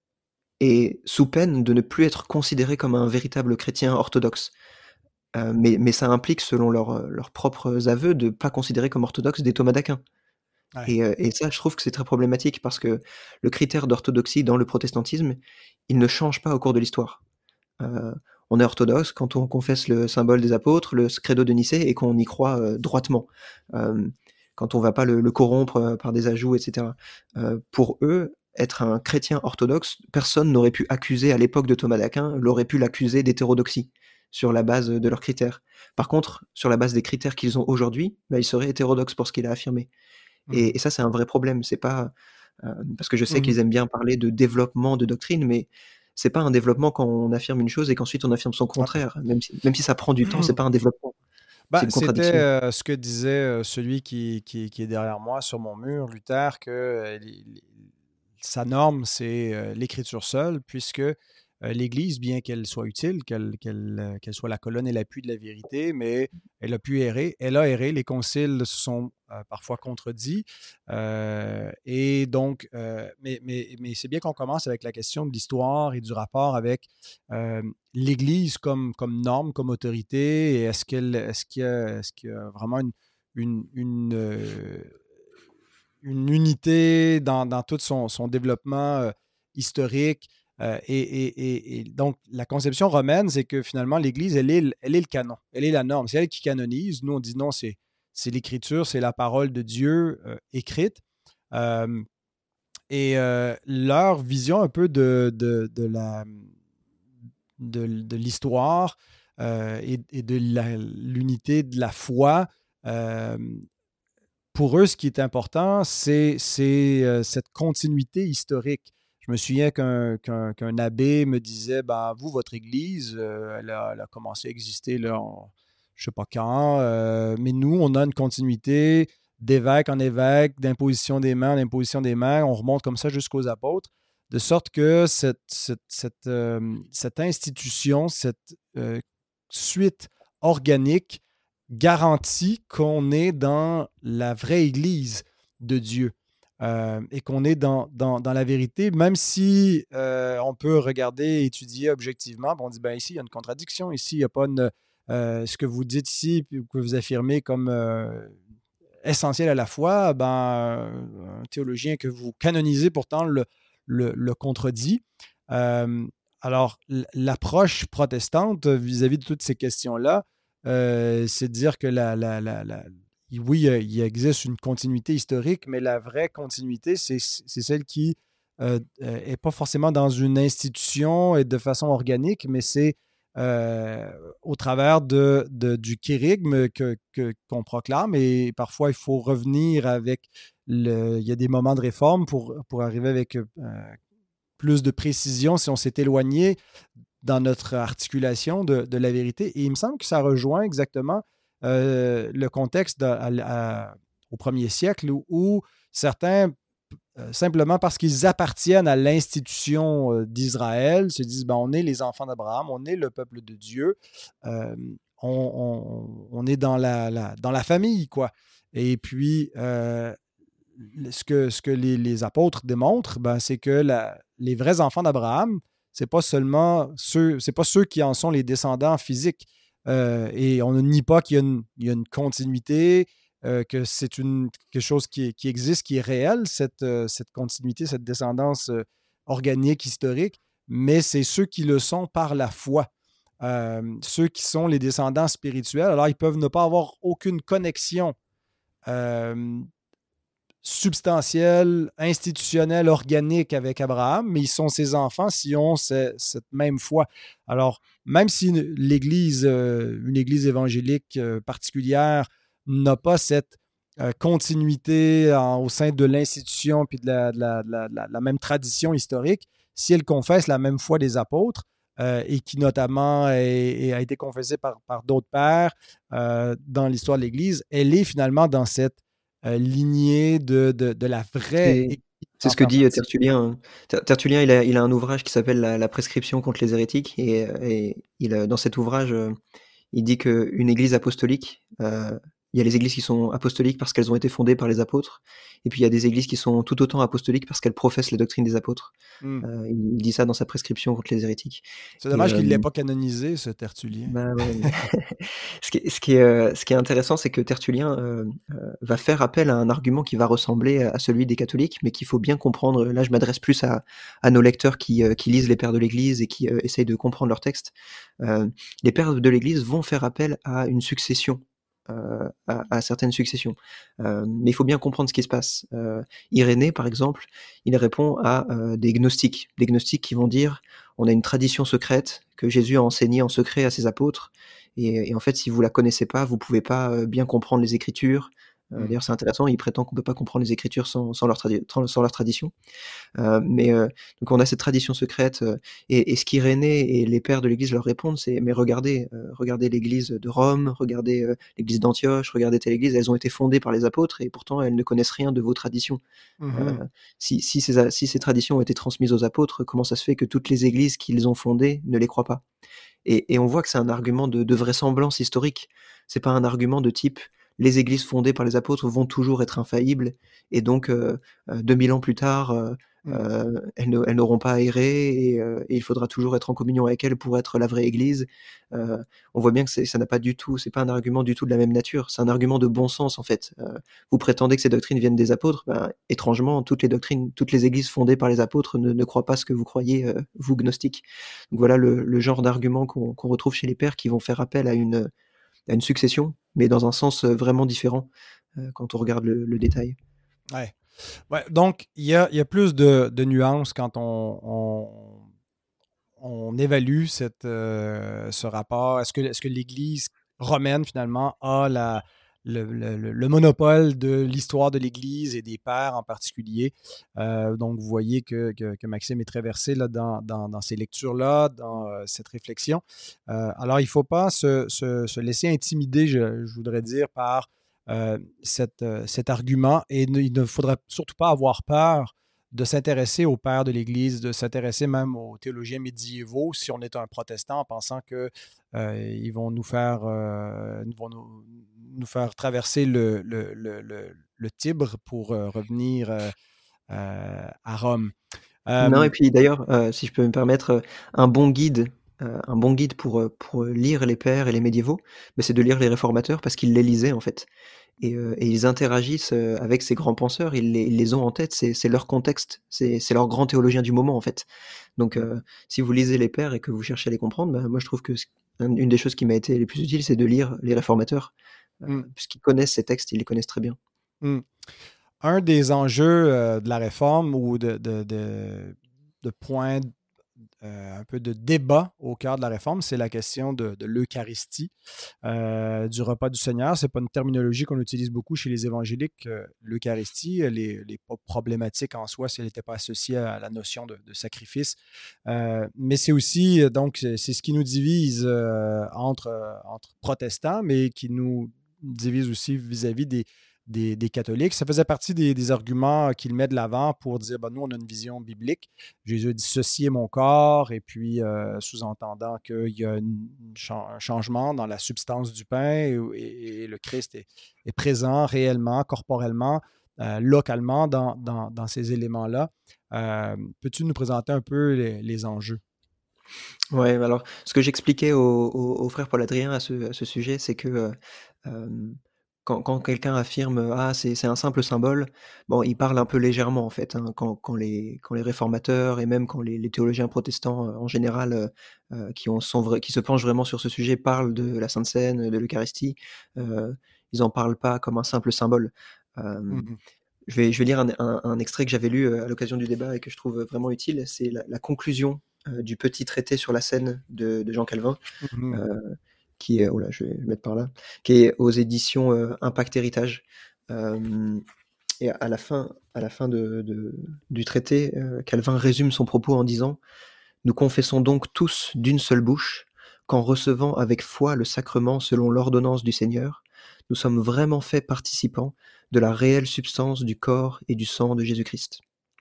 et sous peine de ne plus être considérés comme un véritable chrétien orthodoxe. Euh, mais, mais ça implique, selon leur, leurs propres aveux, de ne pas considérer comme orthodoxe des Thomas d'Aquin. Ouais. Et, euh, et ça, je trouve que c'est très problématique parce que le critère d'orthodoxie dans le protestantisme, il ne change pas au cours de l'histoire. Euh, on est orthodoxe quand on confesse le symbole des apôtres, le credo de Nicée, et qu'on y croit euh, droitement. Euh, quand on ne va pas le, le corrompre euh, par des ajouts, et cetera. Euh, pour eux, être un chrétien orthodoxe, personne n'aurait pu accuser à l'époque de Thomas d'Aquin, l'aurait pu l'accuser d'hétérodoxie sur la base de leurs critères. Par contre, sur la base des critères qu'ils ont aujourd'hui, bah, il serait hétérodoxe pour ce qu'il a affirmé. Mhm. Et, et ça, c'est un vrai problème. C'est pas euh, parce que je sais Mhm. qu'ils aiment bien parler de développement de doctrine, mais c'est pas un développement quand on affirme une chose et qu'ensuite on affirme son Ouais. contraire. Même si, même si ça prend du temps, c'est pas un développement, c'est Ben, une c'était contradiction. euh, ce que disait euh, celui qui, qui, qui est derrière moi sur mon mur, Luther, que euh, les- les- sa norme, c'est euh, l'écriture seule, puisque euh, l'Église, bien qu'elle soit utile, qu'elle qu'elle, euh, qu'elle soit la colonne et l'appui de la vérité, mais elle a pu errer. Elle a erré. Les conciles se sont euh, parfois contredits. Euh, et donc, euh, mais, mais, mais c'est bien qu'on commence avec la question de l'histoire et du rapport avec euh, l'Église comme, comme norme, comme autorité. Et est-ce qu'elle, est-ce qu'il y a, est-ce qu'il y a vraiment une, une, une, euh, une unité dans, dans tout son, son développement euh, historique. Euh, et, et- et- et donc, la conception romaine, c'est que finalement, l'Église, elle est, le- elle est le canon, elle est la norme, c'est elle qui canonise. Nous, on dit non, c'est, c'est l'Écriture, c'est la parole de Dieu euh, écrite. Euh, et euh, leur vision un peu de, de, de la, de, de l'histoire euh, et, et de la- l'unité de la foi, euh, pour eux, ce qui est important, c'est c'est, euh, cette continuité historique. Je me souviens qu'un, qu'un, qu'un abbé me disait, ben, vous, votre Église, euh, elle, a, elle a commencé à exister là, en, je ne sais pas quand, euh, mais nous, on a une continuité d'évêque en évêque, d'imposition des mains en imposition des mains, on remonte comme ça jusqu'aux apôtres, de sorte que cette, cette, cette, euh, cette institution, cette euh, suite organique garantit qu'on est dans la vraie Église de Dieu. Euh, et qu'on est dans, dans, dans, la vérité, même si euh, on peut regarder, étudier objectivement, on dit, ben ici, il y a une contradiction, ici, il n'y a pas une, euh, ce que vous dites ici, puis que vous affirmez comme euh, essentiel à la foi, ben, un théologien que vous canonisez pourtant le, le, le contredit. Euh, alors, l'approche protestante vis-à-vis de toutes ces questions-là, euh, c'est de dire que la, la, la, la oui, il existe une continuité historique, mais la vraie continuité, c'est, c'est celle qui n'est euh, pas forcément dans une institution et de façon organique, mais c'est euh, au travers de, de, du kérigme que, que, qu'on proclame. Et parfois, il faut revenir avec, le, il y a des moments de réforme pour, pour arriver avec euh, plus de précision si on s'est éloigné dans notre articulation de, de la vérité. Et il me semble que ça rejoint exactement euh, le contexte de, à, à, au premier siècle où, où certains, euh, simplement parce qu'ils appartiennent à l'institution euh, d'Israël, se disent ben, on est les enfants d'Abraham, on est le peuple de Dieu, euh, on, on, on, est dans la, la, dans la famille, quoi. Et puis, euh, ce que, ce que les, les apôtres démontrent, ben, c'est que la, les vrais enfants d'Abraham, c'est pas seulement ceux, c'est pas ceux qui en sont les descendants physiques. Euh, et on ne nie pas qu'il y a une, il y a une continuité, euh, que c'est une, quelque chose qui, qui existe, qui est réel, cette, euh, cette continuité, cette descendance euh, organique, historique, mais c'est ceux qui le sont par la foi. Euh, ceux qui sont les descendants spirituels, alors ils peuvent ne pas avoir aucune connexion euh, substantielle, institutionnelle, organique avec Abraham, mais ils sont ses enfants s'ils ont ce, cette même foi. Alors, même si l'Église, euh, une Église évangélique euh, particulière, n'a pas cette euh, continuité en, au sein de l'institution puis de la, de, la, de, la, de la, même tradition historique, si elle confesse la même foi des apôtres, euh, et qui notamment est, est, a été confessée par, par d'autres pères euh, dans l'histoire de l'Église, elle est finalement dans cette Euh, lignée de, de, de la vraie C'est, Église c'est en ce que dit euh, permanence. Tertullien. hein. Tertullien, il a, il a un ouvrage qui s'appelle la, la prescription contre les hérétiques, et, et il, dans cet ouvrage, il dit qu'une église apostolique, euh, il y a les églises qui sont apostoliques parce qu'elles ont été fondées par les apôtres, et puis il y a des églises qui sont tout autant apostoliques parce qu'elles professent les doctrines des apôtres. Mm. Euh, il dit ça dans sa prescription contre les hérétiques. C'est Et, dommage euh, qu'il ne l'ait pas canonisé, ce Tertullien. bah ouais, mais ce, qui est, ce, qui est, euh, ce qui est intéressant, c'est que Tertullien euh, euh, va faire appel à un argument qui va ressembler à celui des catholiques, mais qu'il faut bien comprendre. Là, je m'adresse plus à, à nos lecteurs qui, euh, qui lisent les pères de l'Église et qui euh, essayent de comprendre leur texte. Euh, les pères de l'Église vont faire appel à une succession. Euh, à, à certaines successions. Euh, mais il faut bien comprendre ce qui se passe. Euh, Irénée, par exemple, il répond à euh, des gnostiques. Des gnostiques qui vont dire on a une tradition secrète que Jésus a enseignée en secret à ses apôtres, et, et en fait, si vous la connaissez pas, vous pouvez pas euh, bien comprendre les Écritures. Euh, Mm. D'ailleurs, c'est intéressant, il prétend qu'on peut pas comprendre les Écritures sans, sans, leur, tradi- sans leur tradition. Euh, mais euh, donc on a cette tradition secrète, euh, et, et ce qu'Irénée et les pères de l'Église leur répondent, c'est mais regardez, euh, regardez l'Église de Rome, regardez euh, l'Église d'Antioche, regardez telle Église, elles ont été fondées par les apôtres et pourtant elles ne connaissent rien de vos traditions. Mm-hmm. Euh, si, si, ces, si ces traditions ont été transmises aux apôtres, comment ça se fait que toutes les Églises qu'ils ont fondées ne les croient pas? Et, et on voit que c'est un argument de, de vraisemblance historique. C'est pas un argument de type les églises fondées par les apôtres vont toujours être infaillibles, et donc euh, deux mille ans plus tard, euh, Mm. euh, elles, ne, elles n'auront pas à errer, et, euh, et il faudra toujours être en communion avec elles pour être la vraie église. Euh, on voit bien que c'est, ça n'a pas du tout, c'est pas un argument du tout de la même nature, c'est un argument de bon sens en fait. Euh, vous prétendez que ces doctrines viennent des apôtres, ben, étrangement, toutes les doctrines, toutes les églises fondées par les apôtres ne, ne croient pas ce que vous croyez, euh, vous gnostiques. Donc voilà le, le genre d'argument qu'on, qu'on retrouve chez les pères qui vont faire appel à une, à une succession, mais dans un sens vraiment différent euh, quand on regarde le, le détail. Ouais. Ouais, donc, il y a, il y a plus de, de nuances quand on, on, on évalue cette, euh, ce rapport. Est-ce que, est-ce que l'Église romaine, finalement, a la, le, le- le- le monopole de l'histoire de l'Église et des pères en particulier. Euh, donc, vous voyez que, que- que Maxime est très versé là, dans, dans- dans ces lectures-là, dans euh, cette réflexion. Euh, alors, il ne faut pas se, se- se laisser intimider, je, je voudrais dire, par euh, cette, euh, cet argument et ne- il ne faudrait surtout pas avoir peur de s'intéresser aux pères de l'Église, de s'intéresser même aux théologiens médiévaux si on est un protestant en pensant que euh, ils vont nous faire, euh, ils vont nous, nous faire traverser le, le, le, le, le Tibre pour euh, revenir euh, euh, à Rome. Non, Euh, et puis d'ailleurs, heu, si je peux me permettre, heu, un bon guide, heu, un bon guide pour, heu, pour, lire les pères et les médiévaux, bah, c'est de lire les réformateurs parce qu'ils les lisaient, en fait, et heu et ils interagissent, heu, avec ces grands penseurs. Ils les ils les ont en tête, c'est c'est leur contexte, c'est c'est leurs grands théologiens du moment, en fait. Donc mm, heu, si vous lisez les pères et que vous cherchez à les comprendre, bah, moi je trouve que c un une des choses qui m'a été les plus utiles, c'est de lire les réformateurs, heu, mm, puisqu'ils connaissent ces textes, ils les connaissent très bien. mm. Un des enjeux euh, de la réforme ou de, de, de, de points euh, un peu de débat au cœur de la réforme, c'est la question de, de l'Eucharistie, euh, du repas du Seigneur. Ce n'est pas une terminologie qu'on utilise beaucoup chez les évangéliques. Euh, L'Eucharistie, elle n'est pas problématique en soi si elle n'était pas associée à la notion de, de sacrifice. Euh, mais c'est aussi, donc, c'est c'est ce qui nous divise euh, entre, euh, entre protestants, mais qui nous divise aussi vis-à-vis des, des, des catholiques. Ça faisait partie des, des arguments qu'il met de l'avant pour dire, ben, nous, on a une vision biblique. Jésus a dit, ceci est mon corps, et puis euh, sous-entendant qu'il y a une- un changement dans la substance du pain, et, et- et le Christ est, est présent réellement, corporellement, euh, localement dans, dans- dans ces éléments-là. Euh, Peux-tu nous présenter un peu les, les enjeux? Ouais, bah, alors, ce que j'expliquais au au au frère Paul Adrien à ce à ce sujet, c'est que, heu, hem, quand quand quelqu'un affirme, heu: «Ah, c'est c'est un simple symbole», bon, il parle un peu légèrement, en fait, hein. Quand quand les quand les réformateurs et même quand les les théologiens protestants, heu, en général, heu heu, qui ont sont vrai qui se penchent vraiment sur ce sujet, parlent de la Sainte Seine, de l'Eucharistie, heu, ils en parlent pas comme un simple symbole. Hem, Mhm, je vais je vais lire un un un extrait que j'avais lu, heu, à l'occasion du débat et que je trouve vraiment utile. C'est la la conclusion, heu, du petit traité sur la Seine de de Jean Calvin, mhm, heu, qui est oh là, je vais le mettre par là, qui est aux éditions, heu, Impact Héritage. Hem et à la fin à la fin de de du traité, heu, Calvin résume son propos en disant: «Nous confessons donc tous d'une seule bouche qu'en recevant avec foi le sacrement selon l'ordonnance du Seigneur, nous sommes vraiment faits participants de la réelle substance du corps et du sang de Jésus-Christ.»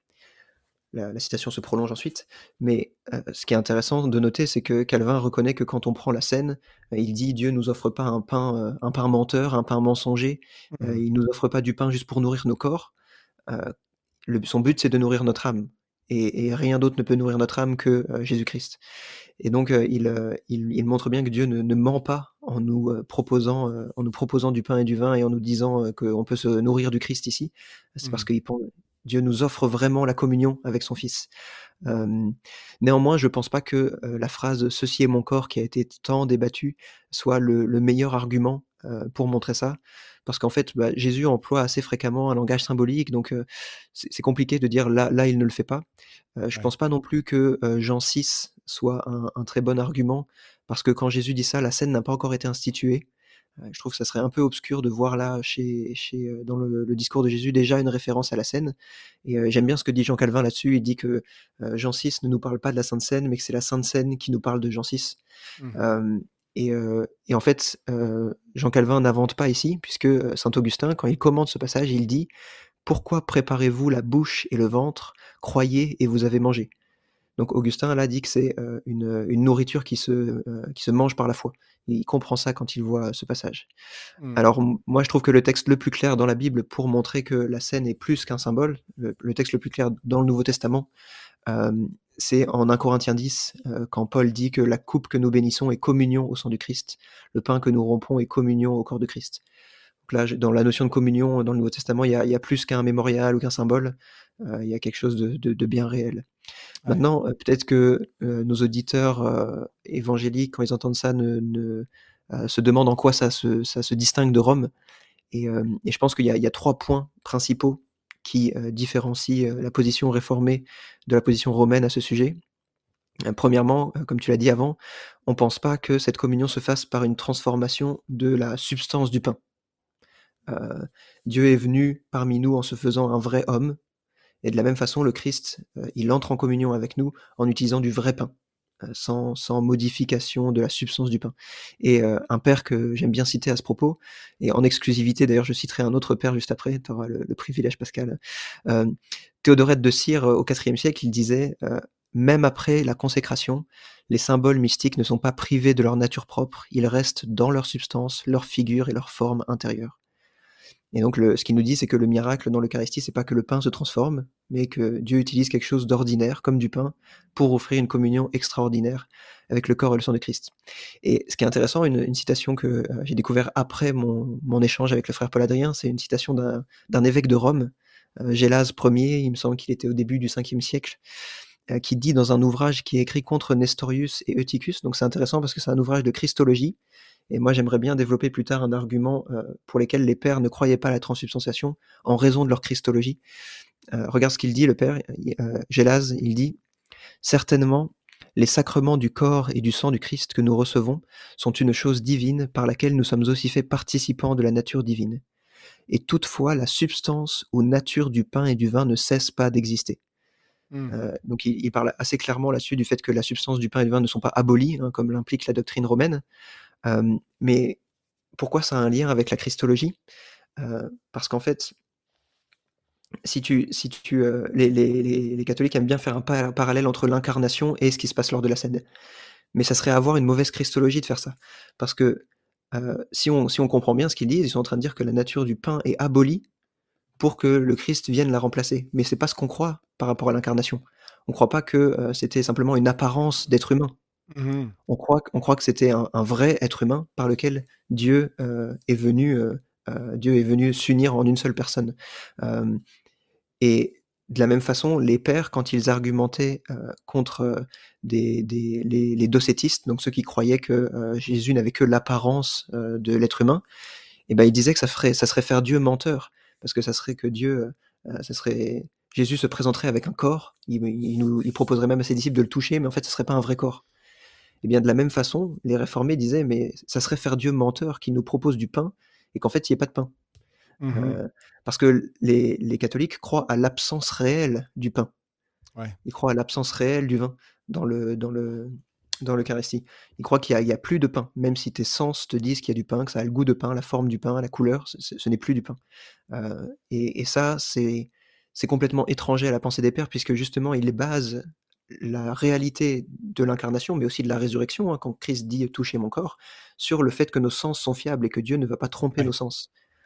La, la citation se prolonge ensuite, mais euh, ce qui est intéressant de noter, c'est que Calvin reconnaît que quand on prend la scène, euh, il dit Dieu nous offre pas un pain, euh, un pain menteur, un pain mensonger, euh, mhm, il nous offre pas du pain juste pour nourrir nos corps. Euh, le- son but, c'est de nourrir notre âme. Et, et rien d'autre ne peut nourrir notre âme que euh, Jésus-Christ. Et donc, euh, il, euh, il, il montre bien que Dieu ne, ne ment pas en nous, euh, proposant, euh, en nous proposant du pain et du vin et en nous disant euh, qu'on peut se nourrir du Christ ici. C'est parce mhm. que il pen- Dieu nous offre vraiment la communion avec son Fils. Euh, Néanmoins, je pense pas que euh, la phrase «Ceci est mon corps» qui a été tant débattue soit le, le meilleur argument euh, pour montrer ça. Parce qu'en fait, bah, Jésus emploie assez fréquemment un langage symbolique, donc euh, c'est c'est compliqué de dire là, là, il ne le fait pas. Euh, je Ouais. pense pas non plus que euh, Jean six soit un, un très bon argument, parce que quand Jésus dit ça, la scène n'a pas encore été instituée. Euh, je trouve que ça serait un peu obscur de voir là, chez, chez, euh, dans le, le discours de Jésus, déjà une référence à la scène. Et euh, j'aime bien ce que dit Jean Calvin là-dessus. Il dit que euh, Jean six ne nous parle pas de la Sainte Seine, mais que c'est la Sainte Seine qui nous parle de Jean six. Mhm, Euh, et, euh, et en fait, euh, Jean Calvin n'invente pas ici, puisque euh, Saint Augustin, quand il commente ce passage, il dit «Pourquoi préparez-vous la bouche et le ventre? Croyez et vous avez mangé.» Donc Augustin, là, dit que c'est euh, une, une nourriture qui se, euh, qui se mange par la foi. Il comprend ça quand il voit ce passage. mhm, Alors m- moi, je trouve que le texte le plus clair dans la Bible pour montrer que la scène est plus qu'un symbole, le, le texte le plus clair dans le Nouveau Testament, euh, c'est en un Corinthiens dix, euh, quand Paul dit que la coupe que nous bénissons est communion au sang du Christ, le pain que nous rompons est communion au corps de Christ. Donc là, dans la notion de communion dans le Nouveau Testament, il y a, il y a plus qu'un mémorial ou qu'un symbole, euh, il y a quelque chose de, de- de bien réel. ouais. Maintenant, euh, peut-être que euh, nos auditeurs euh, évangéliques, quand ils entendent ça, ne, ne, euh, se demandent en quoi ça se, ça se distingue de Rome. Et, euh, et je pense qu'il y a, il y a trois points principaux qui euh, différencient euh, la position réformée de la position romaine à ce sujet. Euh, Premièrement, euh, comme tu l'as dit avant, on ne pense pas que cette communion se fasse par une transformation de la substance du pain. euh, Dieu est venu parmi nous en se faisant un vrai homme, et de la même façon, le Christ, euh, il entre en communion avec nous en utilisant du vrai pain, euh, sans, sans modification de la substance du pain. Et euh, un père que j'aime bien citer à ce propos, et en exclusivité d'ailleurs, je citerai un autre père juste après, tu auras le, le privilège, Pascal. Euh, Théodorette de Cire, au quatrième siècle, il disait euh, même après la consécration, les symboles mystiques ne sont pas privés de leur nature propre, ils restent dans leur substance, leur figure et leur forme intérieure. Et donc, le, ce qu'il nous dit, c'est que le miracle dans l'Eucharistie, c'est pas que le pain se transforme, mais que Dieu utilise quelque chose d'ordinaire, comme du pain, pour offrir une communion extraordinaire avec le corps et le sang de Christ. Et ce qui est intéressant, une, une citation que euh, j'ai découvert après mon, mon échange avec le frère Paul Adrien, c'est une citation d'un, d'un évêque de Rome, euh, Gélase Ier, il me semble qu'il était au début du cinquième siècle, euh, qui dit dans un ouvrage qui est écrit contre Nestorius et Eutychus, donc c'est intéressant parce que c'est un ouvrage de Christologie. Et moi, j'aimerais bien développer plus tard un argument euh, pour lesquels les pères ne croyaient pas à la transsubstantiation en raison de leur christologie. Euh, regarde ce qu'il dit, le père, euh, Gélase, il dit « Certainement, les sacrements du corps et du sang du Christ que nous recevons sont une chose divine par laquelle nous sommes aussi faits participants de la nature divine. Et toutefois, la substance ou nature du pain et du vin ne cesse pas d'exister. » Mm. Euh, donc il, il parle assez clairement là-dessus du fait que la substance du pain et du vin ne sont pas abolies, hein, comme l'implique la doctrine romaine. Euh, mais pourquoi ça a un lien avec la christologie ? euh, Parce qu'en fait, si tu, si tu, euh, les, les, les, les catholiques aiment bien faire un pa- parallèle entre l'incarnation et ce qui se passe lors de la scène. Mais ça serait avoir une mauvaise christologie de faire ça. Parce que euh, si, on, si on comprend bien ce qu'ils disent, ils sont en train de dire que la nature du pain est abolie pour que le Christ vienne la remplacer. Mais c'est pas ce qu'on croit par rapport à l'incarnation. On croit pas que euh, c'était simplement une apparence d'être humain. Mhm. On croit, on croit que c'était un, un vrai être humain par lequel Dieu euh, est venu, euh, euh, Dieu est venu s'unir en une seule personne. Euh, et de la même façon, les pères, quand ils argumentaient euh, contre euh, des, des, les, les docétistes, donc ceux qui croyaient que euh, Jésus n'avait que l'apparence euh, de l'être humain, et ben ils disaient que ça ferait, ça serait faire Dieu menteur, parce que ça serait que Dieu, euh, ça serait Jésus se présenterait avec un corps, il, il, nous, il proposerait même à ses disciples de le toucher, mais en fait, ce serait pas un vrai corps. Et bien de la même façon, les réformés disaient, mais ça serait faire Dieu menteur qui nous propose du pain et qu'en fait, il n'y ait pas de pain. Mhm. Euh, parce que les, les catholiques croient à l'absence réelle du pain. Ouais. Ils croient à l'absence réelle du vin dans le dans le dans l'Eucharistie. Ils croient qu'il n'y a, a, plus de pain, même si tes sens te disent qu'il y a du pain, que ça a le goût de pain, la forme du pain, la couleur, c- c- ce n'est plus du pain. Euh, et, et ça, c'est c'est complètement étranger à la pensée des pères, puisque justement, ils basent la réalité de l'incarnation, mais aussi de la résurrection, hein, quand Christ dit « touchez mon corps », sur le fait que nos sens sont fiables et que Dieu ne va pas tromper Ouais. nos sens.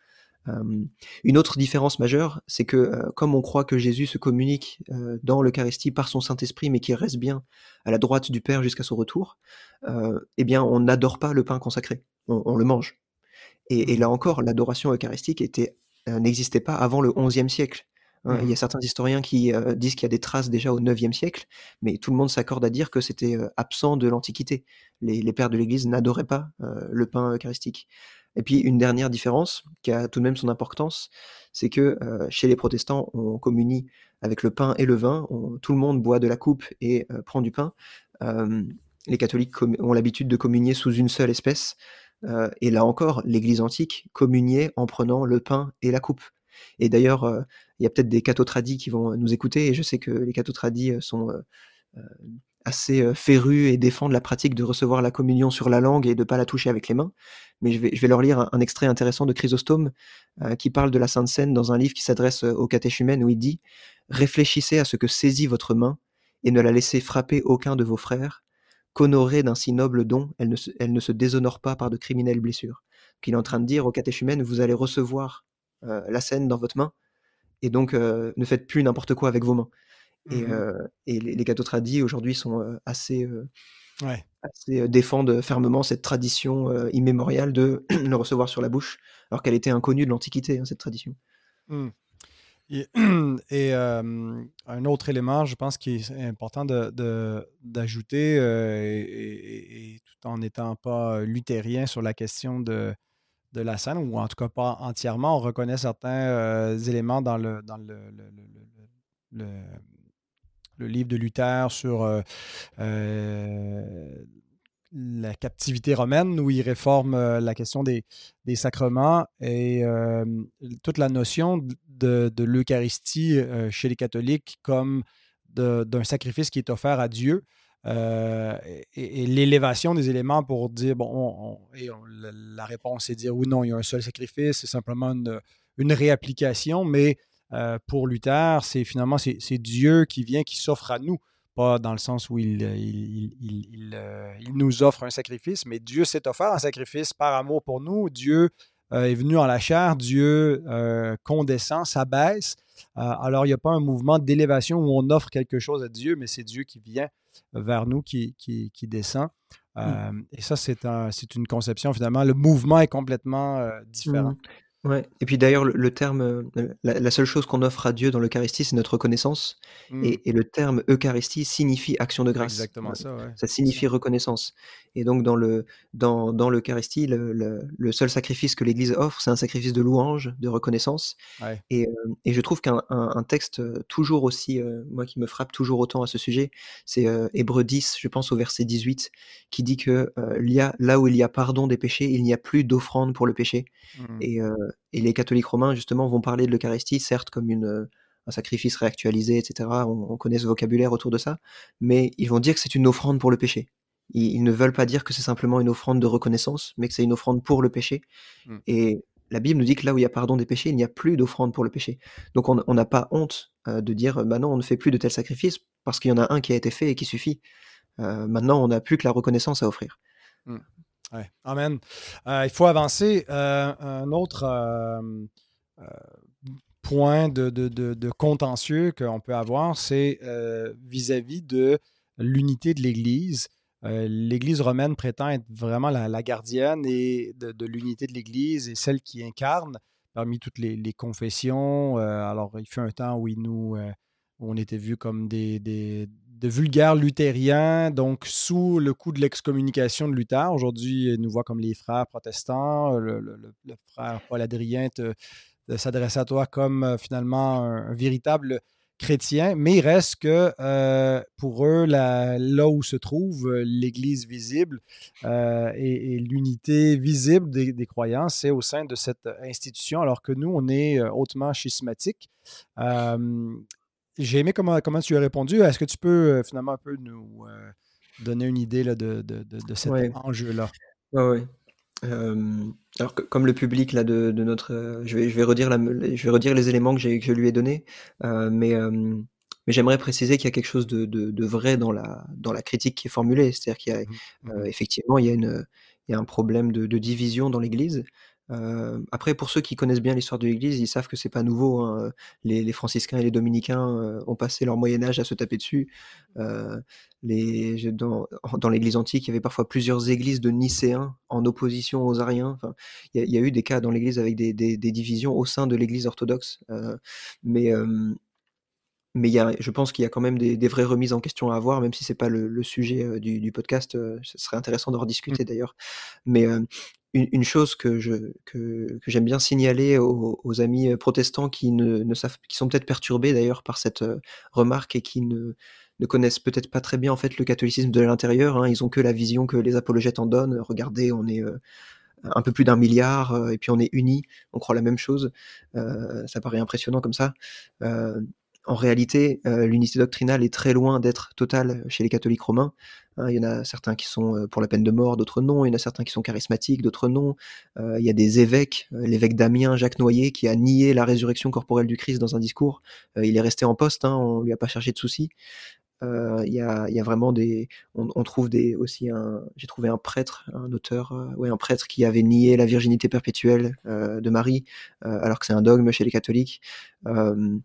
Euh, une autre différence majeure, c'est que euh, comme on croit que Jésus se communique euh, dans l'Eucharistie par son Saint-Esprit, mais qu'il reste bien à la droite du Père jusqu'à son retour, euh, eh bien, on n'adore pas le pain consacré, on, on le mange. Et, et là Mhm. encore, l'adoration eucharistique était, euh, n'existait pas avant le onzième siècle. Hein. Il y a Mhm. certains historiens qui euh, disent qu'il y a des traces déjà au neuvième siècle, mais tout le monde s'accorde à dire que c'était euh, absent de l'Antiquité. Les, les pères de l'Église n'adoraient pas euh, le pain eucharistique. Et puis une dernière différence, qui a tout de même son importance, c'est que euh, chez les protestants, on communie avec le pain et le vin, on- tout le monde boit de la coupe et euh, prend du pain. Euh, les catholiques com- ont l'habitude de communier sous une seule espèce, euh, et là encore, l'Église antique communiait en prenant le pain et la coupe. Et d'ailleurs, euh, il y a peut-être des cathotradis qui vont nous écouter, et je sais que les cathotradis euh, sont euh, euh, assez euh, férus et défendent la pratique de recevoir la communion sur la langue et de ne pas la toucher avec les mains. Mais je vais, je vais leur lire un, un extrait intéressant de Chrysostome euh, qui parle de la Sainte Seine dans un livre qui s'adresse euh, aux catéchumènes où il dit « Réfléchissez à ce que saisit votre main et ne la laissez frapper aucun de vos frères, qu'honorée d'un si noble don, elle ne, se, elle ne se déshonore pas par de criminelles blessures. » Donc il est en train de dire aux catéchumènes, vous allez recevoir euh, la scène dans votre main, et donc euh, ne faites plus n'importe quoi avec vos mains. Et, Mhm. euh, et les, les cathotradis aujourd'hui sont euh, assez, euh, Ouais. assez euh, défendent fermement cette tradition euh, immémoriale de le recevoir sur la bouche, alors qu'elle était inconnue de l'Antiquité, hein, cette tradition. Mm. Et, et, euh, un autre élément, je pense, qui est important de, de- d'ajouter, euh, et, et- et tout en n'étant pas luthérien sur la question de, de la scène, ou en tout cas pas entièrement, on reconnaît certains euh, éléments dans le, dans le, le- le- le- le- le livre de Luther sur euh, euh, la captivité romaine où il réforme euh, la question des, des sacrements et euh, toute la notion de, de l'Eucharistie euh, chez les catholiques comme de- d'un sacrifice qui est offert à Dieu. Euh, et, et l'élévation des éléments pour dire, bon, on- on- et on- la, la réponse est dire oui, non, il y a un seul sacrifice, c'est simplement une, une réapplication, mais euh, pour Luther, c'est finalement c'est c'est Dieu qui vient, qui s'offre à nous, pas dans le sens où il, il, il, il, il, euh, il nous offre un sacrifice, mais Dieu s'est offert un sacrifice par amour pour nous. Dieu euh, est venu en la chair, Dieu euh, condescend, s'abaisse. Euh, alors, il n'y a pas un mouvement d'élévation où on offre quelque chose à Dieu, mais c'est Dieu qui vient vers nous, qui, qui, qui descend. Mmh. Euh, et ça, c'est un, c'est une conception, finalement. Le mouvement est complètement euh, différent. Mmh. Ouais, et puis d'ailleurs, le, le terme, euh, la, la seule chose qu'on offre à Dieu dans l'Eucharistie, c'est notre reconnaissance. Mm, Et, et le terme Eucharistie signifie action de grâce. exactement Euh, ça, ouais, Ça c'est ça. signifie reconnaissance. Et donc, dans le, dans, dans l'Eucharistie, le, le, le seul sacrifice que l'Église offre, c'est un sacrifice de louange, de reconnaissance. Ouais. Et, euh, et je trouve qu'un un, un texte euh, toujours aussi, euh, moi qui me frappe toujours autant à ce sujet, c'est euh, Hébreux dix, je pense au verset dix-huit, qui dit que euh, il y a, là où il y a pardon des péchés, il n'y a plus d'offrande pour le péché. Mm, Et, euh, et les catholiques romains, justement, vont parler de l'Eucharistie, certes comme une, euh, un sacrifice réactualisé, et cetera. On, on connaît ce vocabulaire autour de ça, mais ils vont dire que c'est une offrande pour le péché. Ils, ils ne veulent pas dire que c'est simplement une offrande de reconnaissance, mais que c'est une offrande pour le péché. mm, Et la Bible nous dit que là où il y a pardon des péchés, il n'y a plus d'offrande pour le péché. Donc on on n'a pas honte euh, de dire, bah non, on ne fait plus de tels sacrifices, parce qu'il y en a un qui a été fait et qui suffit. Euh, maintenant, on n'a plus que la reconnaissance à offrir. mm. Ouais. Amen. Euh, il faut avancer. Euh, un autre euh, euh, point de, de, de, de contentieux qu'on peut avoir, c'est euh, vis-à-vis de l'unité de l'Église. Euh, L'Église romaine prétend être vraiment la, la gardienne et de, de l'unité de l'Église et celle qui incarne parmi toutes les, les confessions. Euh, alors, il fut un temps où, il nous, euh, où on était vus comme des, des, de vulgaires luthériens, donc sous le coup de l'excommunication de Luther. Aujourd'hui, ils nous voient comme les frères protestants. Le, le- le- le frère Paul Adrien te, de s'adresser à toi comme euh, finalement un, un véritable chrétien, mais il reste que euh, pour eux, la- là où se trouve euh, l'Église visible euh, et, et l'unité visible des, des croyants, c'est au sein de cette institution, alors que nous, on est euh, hautement schismatique. Euh, j'ai aimé comment, comment tu as répondu. Est-ce que tu peux euh, finalement un peu nous euh, donner une idée là, de, de, de, de cet Ouais, enjeu-là? ouais, ouais. Euh, alors que, comme le public là de, de notre, euh, je vais je vais redire la, je vais redire les éléments que j'ai que je lui ai donnés, euh, mais euh, mais j'aimerais préciser qu'il y a quelque chose de, de, de vrai dans la dans la critique qui est formulée, c'est-à-dire qu'il y a Mhm, euh, mhm, effectivement il y a une il y a un problème de, de division dans l'Église. Euh, après, pour ceux qui connaissent bien l'histoire de l'Église, ils savent que c'est pas nouveau, hein. Les, les franciscains et les dominicains euh, ont passé leur Moyen Âge à se taper dessus. Euh, les, je- dans, dans l'Église antique, il y avait parfois plusieurs églises de Nicéens en opposition aux Ariens. Enfin, il y a, il y a eu des cas dans l'Église avec des, des- des divisions au sein de l'Église orthodoxe. Euh, mais euh, mais il y a, je pense qu'il y a quand même des, des vraies remises en question à avoir, même si c'est pas le, le sujet euh, du, du podcast. Euh, ce serait intéressant d'en mhm. rediscuter d'ailleurs. Mais euh, une, une chose que je que, que j'aime bien signaler aux, aux amis euh, protestants qui ne, ne savent, qui sont peut-être perturbés d'ailleurs par cette euh, remarque et qui ne ne connaissent peut-être pas très bien en fait le catholicisme de l'intérieur. Hein. Ils ont que la vision que les apologètes en donnent. Regardez, on est euh, un peu plus d'un milliard euh, et puis on est unis, on croit la même chose. Euh, ça paraît impressionnant comme ça. Euh, en réalité, euh, l'unité doctrinale est très loin d'être totale chez les catholiques romains. Hein, il y en a certains qui sont euh, pour la peine de mort, d'autres non. Il y en a certains qui sont charismatiques, d'autres non. Euh, il y a des évêques, euh, l'évêque d'Amiens, Jacques Noyer, qui a nié la résurrection corporelle du Christ dans un discours. Euh, il est resté en poste, hein, on lui a pas cherché de soucis. Euh, Il y, a, il y a vraiment des, on, on trouve des aussi un, j'ai trouvé un prêtre, un auteur, euh, ouais, un prêtre qui avait nié la virginité perpétuelle euh, de Marie, euh, alors que c'est un dogme chez les catholiques. Euh,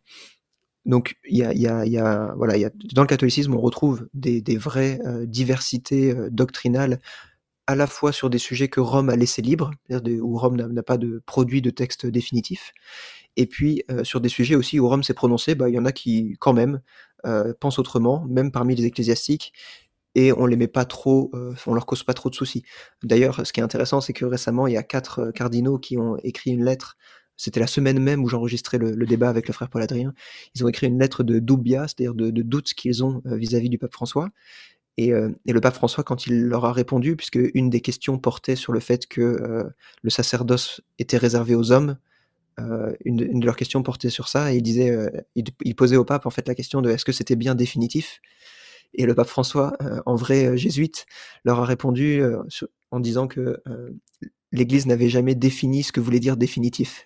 donc il y a, il y a, il y a, voilà, il y a, dans le catholicisme, on retrouve des, des vraies euh, diversités euh, doctrinales, à la fois sur des sujets que Rome a laissés libres, c'est-à-dire des- où Rome n'a n'a pas de produit de texte définitif, et puis euh, sur des sujets aussi où Rome s'est prononcé, bah, il y en a qui quand même euh, pensent autrement, même parmi les ecclésiastiques, et on les met pas trop, euh, on leur cause pas trop de soucis. D'ailleurs, ce qui est intéressant, c'est que récemment, il y a quatre euh, cardinaux qui ont écrit une lettre. C'était la semaine même où j'enregistrais le, le débat avec le frère Paul Adrien. Ils ont écrit une lettre de dubia, c'est-à-dire de, de doute qu'ils ont euh, vis-à-vis du pape François. Et, euh, et le pape François, quand il leur a répondu, puisque une des questions portait sur le fait que euh, le sacerdoce était réservé aux hommes, euh, une, une de leurs questions portait sur ça, et il disait, euh, il, il posait au pape en fait la question de est-ce que c'était bien définitif. Et le pape François, euh, en vrai euh, jésuite, leur a répondu euh, sur- en disant que euh, l'Église n'avait jamais défini ce que voulait dire définitif.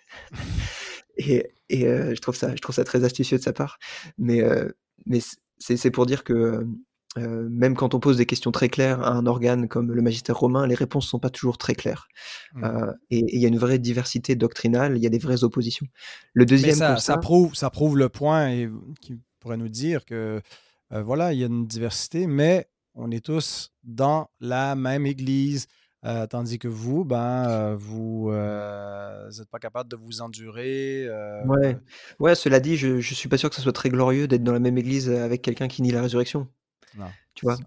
Et, et euh, je trouve ça, je trouve ça très astucieux de sa part. Mais, euh, mais c'est, c'est pour dire que euh, même quand on pose des questions très claires à un organe comme le magistère romain, les réponses sont pas toujours très claires. Mhm. Euh, et il y a une vraie diversité doctrinale, il y a des vraies oppositions. Le Mais deuxième ça, ça constat, prouve, ça prouve le point et, qui pourrait nous dire que euh, voilà, il y a une diversité, mais on est tous dans la même église. Euh, tandis que vous, ben, euh, vous n'êtes pas capable de vous endurer. ouais, euh, ouais, cela dit, je, je suis pas sûr que ce soit très glorieux d'être dans la même église avec quelqu'un qui nie la résurrection. non, Tu c'est vois, ça.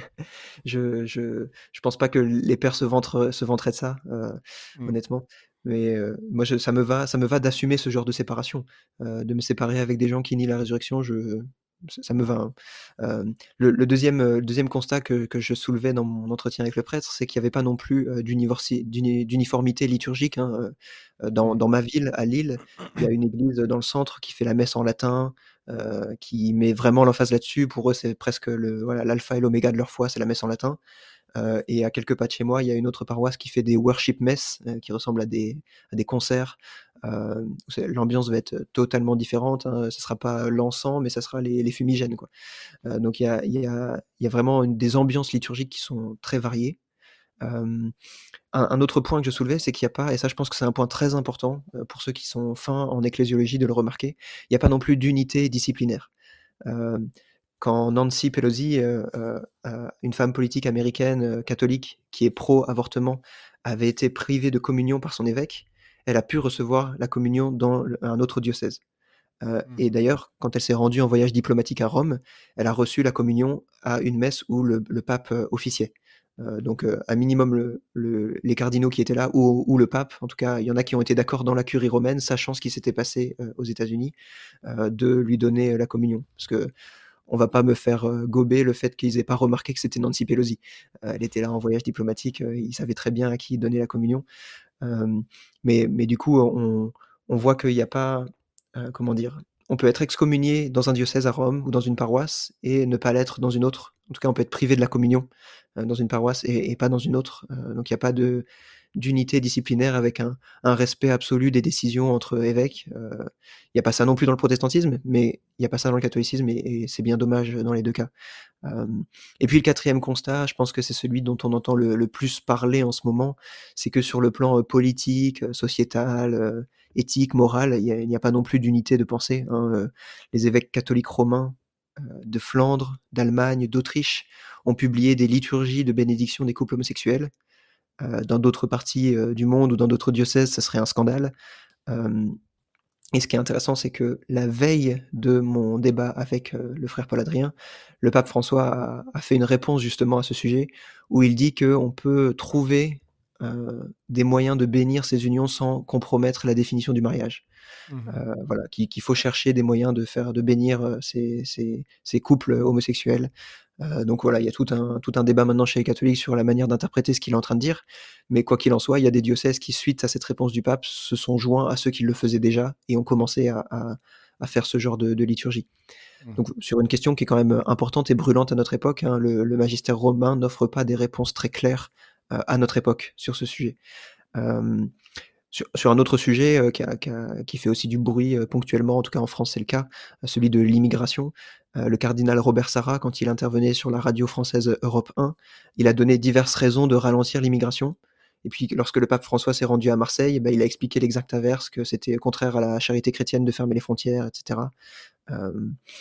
je, je, je pense pas que les pères se vantent, se vanteraient de ça, euh, Mm. honnêtement. Mais euh, moi, je, ça me va, ça me va d'assumer ce genre de séparation, euh, de me séparer avec des gens qui nient la résurrection. Je, ça, ça me va, hein. Euh, le, le deuxième, euh, le deuxième constat que, que je soulevais dans mon entretien avec le prêtre, c'est qu'il n'y avait pas non plus euh, d'univorci- d'uni- d'uniformité liturgique, hein. Euh, Dans, Mm. dans ma ville, à Lille, il y a une église dans le centre qui fait la messe en latin, euh, qui met vraiment l'emphase là-dessus. Pour eux, c'est presque le, voilà, l'alpha et l'oméga de leur foi, c'est la messe en latin. Euh, et à quelques pas de chez moi, il y a une autre paroisse qui fait des worship messes, euh, qui ressemblent à des, à des concerts. Euh, c'est- l'ambiance va être totalement différente, hein. Ce sera pas l'encens, mais ça sera les, les fumigènes, quoi. Euh, donc il y a, il y, a, il y a vraiment une, des ambiances liturgiques qui sont très variées. Euh, un, un autre point que je soulevais, c'est qu'il n'y a pas, et ça je pense que c'est un point très important euh, pour ceux qui sont fins en ecclésiologie de le remarquer, il n'y a pas non plus d'unité disciplinaire. Euh, quand Nancy Pelosi, euh, euh, euh, une femme politique américaine euh, catholique qui est pro-avortement, avait été privée de communion par son évêque, elle a pu recevoir la communion dans le- un autre diocèse. Euh, et Mhm. d'ailleurs, quand elle s'est rendue en voyage diplomatique à Rome, elle a reçu la communion à une messe où le, le pape euh, officiait. Euh, donc, euh, à minimum, le, le- les cardinaux qui étaient là, ou, ou le pape, en tout cas, il y en a qui ont été d'accord dans la curie romaine, sachant ce qui s'était passé euh, aux États-Unis, euh, de lui donner la communion. Parce que on va pas me faire euh, gober le fait qu'ils aient pas remarqué que c'était Nancy Pelosi. Euh, elle était là en voyage diplomatique, euh, ils savaient très bien à qui donner la communion. Euh, mais, mais du coup, on, on voit qu'il n'y a pas, euh, comment dire, on peut être excommunié dans un diocèse à Rome ou dans une paroisse et ne pas l'être dans une autre. En tout cas, on peut être privé de la communion euh, dans une paroisse et, et pas dans une autre. Euh, donc, il n'y a pas de d'unité disciplinaire avec un, un respect absolu des décisions entre évêques. Euh, Il n'y a pas ça non plus dans le protestantisme, mais il n'y a pas ça dans le catholicisme et, et c'est bien dommage dans les deux cas. Euh, et puis le quatrième constat, je pense que c'est celui dont on entend le, le plus parler en ce moment, c'est que sur le plan euh, politique, euh, sociétal, euh, éthique, moral, il n'y a, a, pas non plus d'unité de pensée, hein. Euh, les évêques catholiques romains euh, de Flandre, d'Allemagne, d'Autriche ont publié des liturgies de bénédiction des couples homosexuels. Euh, dans d'autres parties euh, du monde ou dans d'autres diocèses, ça serait un scandale. Euh, et ce qui est intéressant, c'est que la veille de mon débat avec euh, le frère Paul Adrien, le pape François a, a fait une réponse justement à ce sujet, où il dit qu'on peut trouver euh, des moyens de bénir ces unions sans compromettre la définition du mariage. Mhm. Euh, voilà, qu'il qu'il faut chercher des moyens de faire, de bénir euh, ces, ces, ces couples homosexuels. Euh, donc voilà, il y a tout un, tout un débat maintenant chez les catholiques sur la manière d'interpréter ce qu'il est en train de dire. Mais quoi qu'il en soit, il y a des diocèses qui, suite à cette réponse du pape, se sont joints à ceux qui le faisaient déjà et ont commencé à, à, à faire ce genre de, de liturgie. Donc Mhm. sur une question qui est quand même importante et brûlante à notre époque, hein, le, le magistère romain n'offre pas des réponses très claires euh, à notre époque sur ce sujet. Euh, sur, sur un autre sujet euh, qui, a, qui, a, qui fait aussi du bruit euh, ponctuellement, en tout cas en France c'est le cas, euh, celui de l'immigration. Euh, le cardinal Robert Sarra, quand il intervenait sur la radio française Europe un, il a donné diverses raisons de ralentir l'immigration. Et puis lorsque le pape François s'est rendu à Marseille, ben, il a expliqué l'exact inverse, que c'était contraire à la charité chrétienne de fermer les frontières, et cetera. Euh,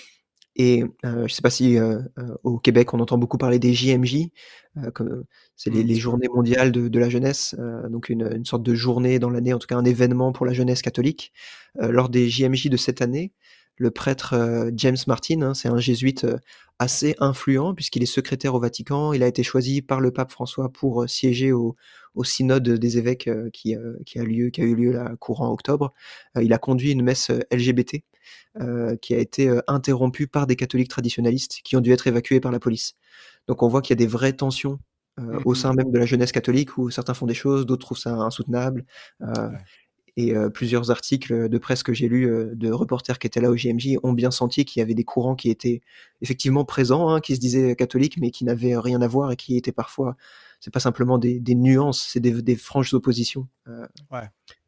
et euh, je ne sais pas si euh, euh, au Québec on entend beaucoup parler des J M J, euh, comme c'est les, Un les petit peu. journées mondiales de, de la jeunesse, euh, donc une, une sorte de journée dans l'année, en tout cas un événement pour la jeunesse catholique. Euh, lors des J M J de cette année, le prêtre euh, James Martin, hein, c'est un jésuite euh, assez influent puisqu'il est secrétaire au Vatican. Il a été choisi par le pape François pour euh, siéger au, au synode des évêques euh, qui, euh, qui, a lieu, qui a eu lieu là courant octobre. Euh, il a conduit une messe L G B T. Euh, qui a été euh, interrompue par des catholiques traditionnalistes qui ont dû être évacués par la police. Donc on voit qu'il y a des vraies tensions euh, au Mhm. sein même de la jeunesse catholique, où certains font des choses, d'autres trouvent ça insoutenable. Euh, Ouais. et euh, plusieurs articles de presse que j'ai lus euh, de reporters qui étaient là au J M J ont bien senti qu'il y avait des courants qui étaient effectivement présents, hein, qui se disaient catholiques, mais qui n'avaient rien à voir et qui étaient parfois, c'est pas simplement des, des nuances, c'est des, des franches oppositions. Euh, Ouais.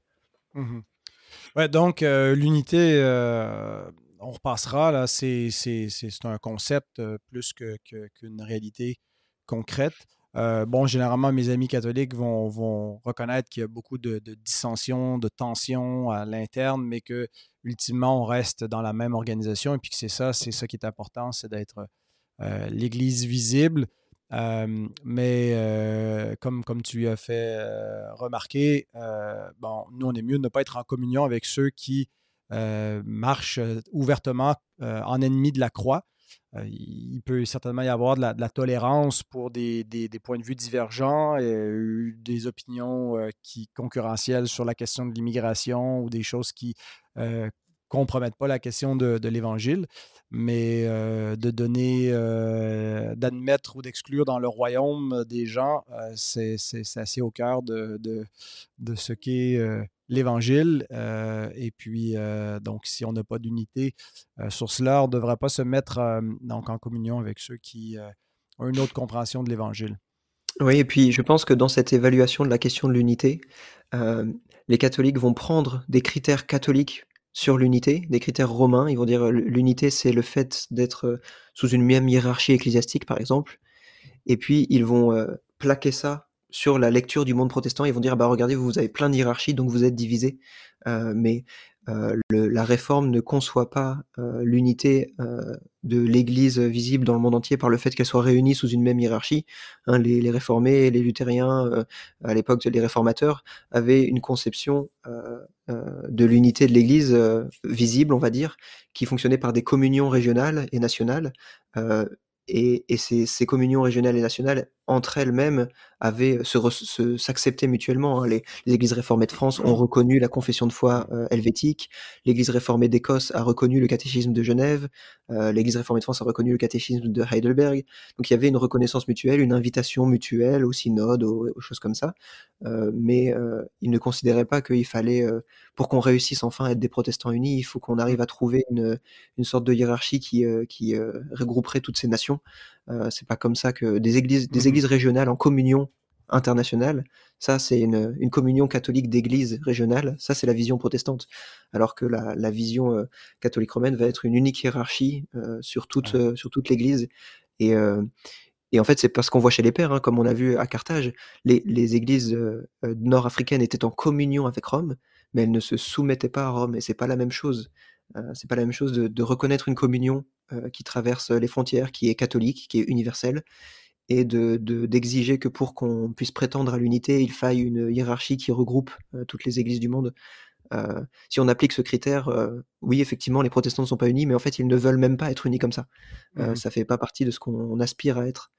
Mhm. Ouais, donc euh, l'unité, euh, on repassera, là, c'est, c'est, c'est, c'est un concept euh, plus que, que- qu'une réalité concrète. Euh, bon, généralement, mes amis catholiques vont, vont reconnaître qu'il y a beaucoup de, de dissensions, de tensions à l'interne, mais que ultimement, on reste dans la même organisation et puis que c'est ça, c'est ça qui est important, c'est d'être euh, l'Église visible. Euh, mais euh, comme, comme tu as fait euh, remarquer, euh, bon, nous, on est mieux de ne pas être en communion avec ceux qui euh, marchent euh, ouvertement euh, en ennemi de la croix. Euh, il peut certainement y avoir de la, de la tolérance pour des, des, des points de vue divergents, euh, des opinions euh, qui concurrentielles sur la question de l'immigration ou des choses qui euh, compromettent pas la question de, de l'Évangile, mais euh, de donner, euh, d'admettre ou d'exclure dans le royaume des gens, euh, c'est, c'est, c'est assez au cœur de, de, de ce qu'est euh, l'Évangile. Euh, et puis, euh, donc, si on n'a pas d'unité euh, sur cela, on ne devrait pas se mettre euh, donc en communion avec ceux qui euh, ont une autre compréhension de l'Évangile. Oui, et puis je pense que dans cette évaluation de la question de l'unité, euh, les catholiques vont prendre des critères catholiques sur l'unité, des critères romains. Ils vont dire euh, l'unité, c'est le fait d'être euh, sous une même hiérarchie ecclésiastique, par exemple. Et puis ils vont euh, plaquer ça sur la lecture du monde protestant. Ils vont dire, bah regardez, vous, vous avez plein de hiérarchies, donc vous êtes divisés. Euh, mais euh, le, la réforme ne conçoit pas euh, l'unité euh, de l'Église visible dans le monde entier par le fait qu'elle soit réunie sous une même hiérarchie. Hein, les, les réformés, les luthériens, euh, à l'époque les réformateurs, avaient une conception euh, euh, de l'unité de l'Église euh, visible, on va dire, qui fonctionnait par des communions régionales et nationales. Euh, et, et ces, ces communions régionales et nationales, entre elles-mêmes, avaient se, se, s'acceptaient mutuellement. Hein. Les, les églises réformées de France ont reconnu la confession de foi euh, helvétique. L'église réformée d'Écosse a reconnu le catéchisme de Genève. Euh, l'église réformée de France a reconnu le catéchisme de Heidelberg. Donc il y avait une reconnaissance mutuelle, une invitation mutuelle au synode, aux, aux choses comme ça. Euh, mais euh, ils ne considéraient pas qu'il fallait, euh, pour qu'on réussisse enfin à être des protestants unis, il faut qu'on arrive à trouver une, une sorte de hiérarchie qui, euh, qui euh, regrouperait toutes ces nations. Euh, c'est pas comme ça que des églises, des églises régionales en communion internationale, ça c'est une, une communion catholique d'églises régionales, ça c'est la vision protestante, alors que la, la vision euh, catholique romaine va être une unique hiérarchie euh, sur toute, Ouais. euh, sur toute l'église. Et, euh, et en fait, c'est parce qu'on voit chez les pères, hein, comme on a vu à Carthage, les, les églises euh, nord-africaines étaient en communion avec Rome, mais elles ne se soumettaient pas à Rome, et c'est pas la même chose. Euh, c'est pas la même chose de, de reconnaître une communion euh, qui traverse les frontières, qui est catholique, qui est universelle, et de, de, d'exiger que pour qu'on puisse prétendre à l'unité, il faille une hiérarchie qui regroupe euh, toutes les églises du monde. Euh, si on applique ce critère, euh, oui, effectivement, les protestants ne sont pas unis, mais en fait, ils ne veulent même pas être unis comme ça. Euh, Mhm. ça fait pas partie de ce qu'on aspire à être.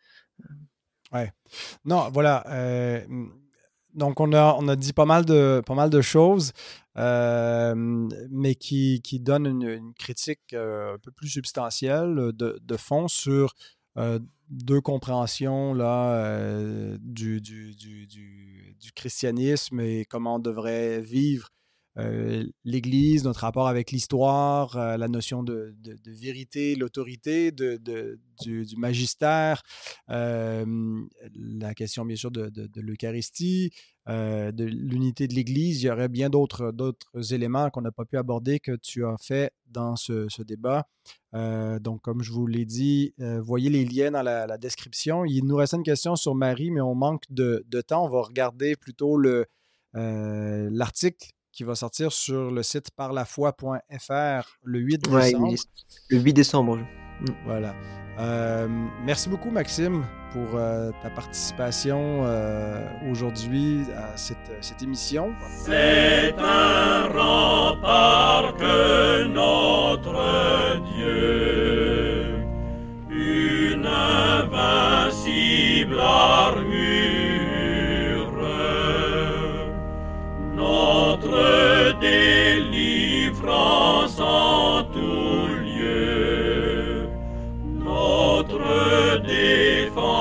Ouais. Non, voilà. euh, donc, on a, on a dit pas mal de, pas mal de choses, euh, mais qui, qui donnent une, une critique euh, un peu plus substantielle de, de fond sur euh, deux compréhensions là, euh, du, du, du, du, du christianisme et comment on devrait vivre euh, l'Église, notre rapport avec l'histoire, euh, la notion de, de, de vérité, l'autorité de, de, du, du magistère, euh, la question bien sûr de, de, de l'Eucharistie, euh, de l'unité de l'Église. Il y aurait bien d'autres, d'autres éléments qu'on n'a pas pu aborder que tu as fait dans ce, ce débat. Euh, donc, comme je vous l'ai dit, euh, voyez les liens dans la, la description. Il nous reste une question sur Marie, mais on manque de, de temps. On va regarder plutôt le, euh, l'article qui va sortir sur le site parlafoi point f r le huit Ouais, décembre. le huit décembre. Mm. Voilà. Euh, merci beaucoup, Maxime, pour euh, ta participation euh, aujourd'hui à cette, cette émission. C'est un rempart que notre Dieu, une invincible armure, notre délivrance en tout lieu, notre défense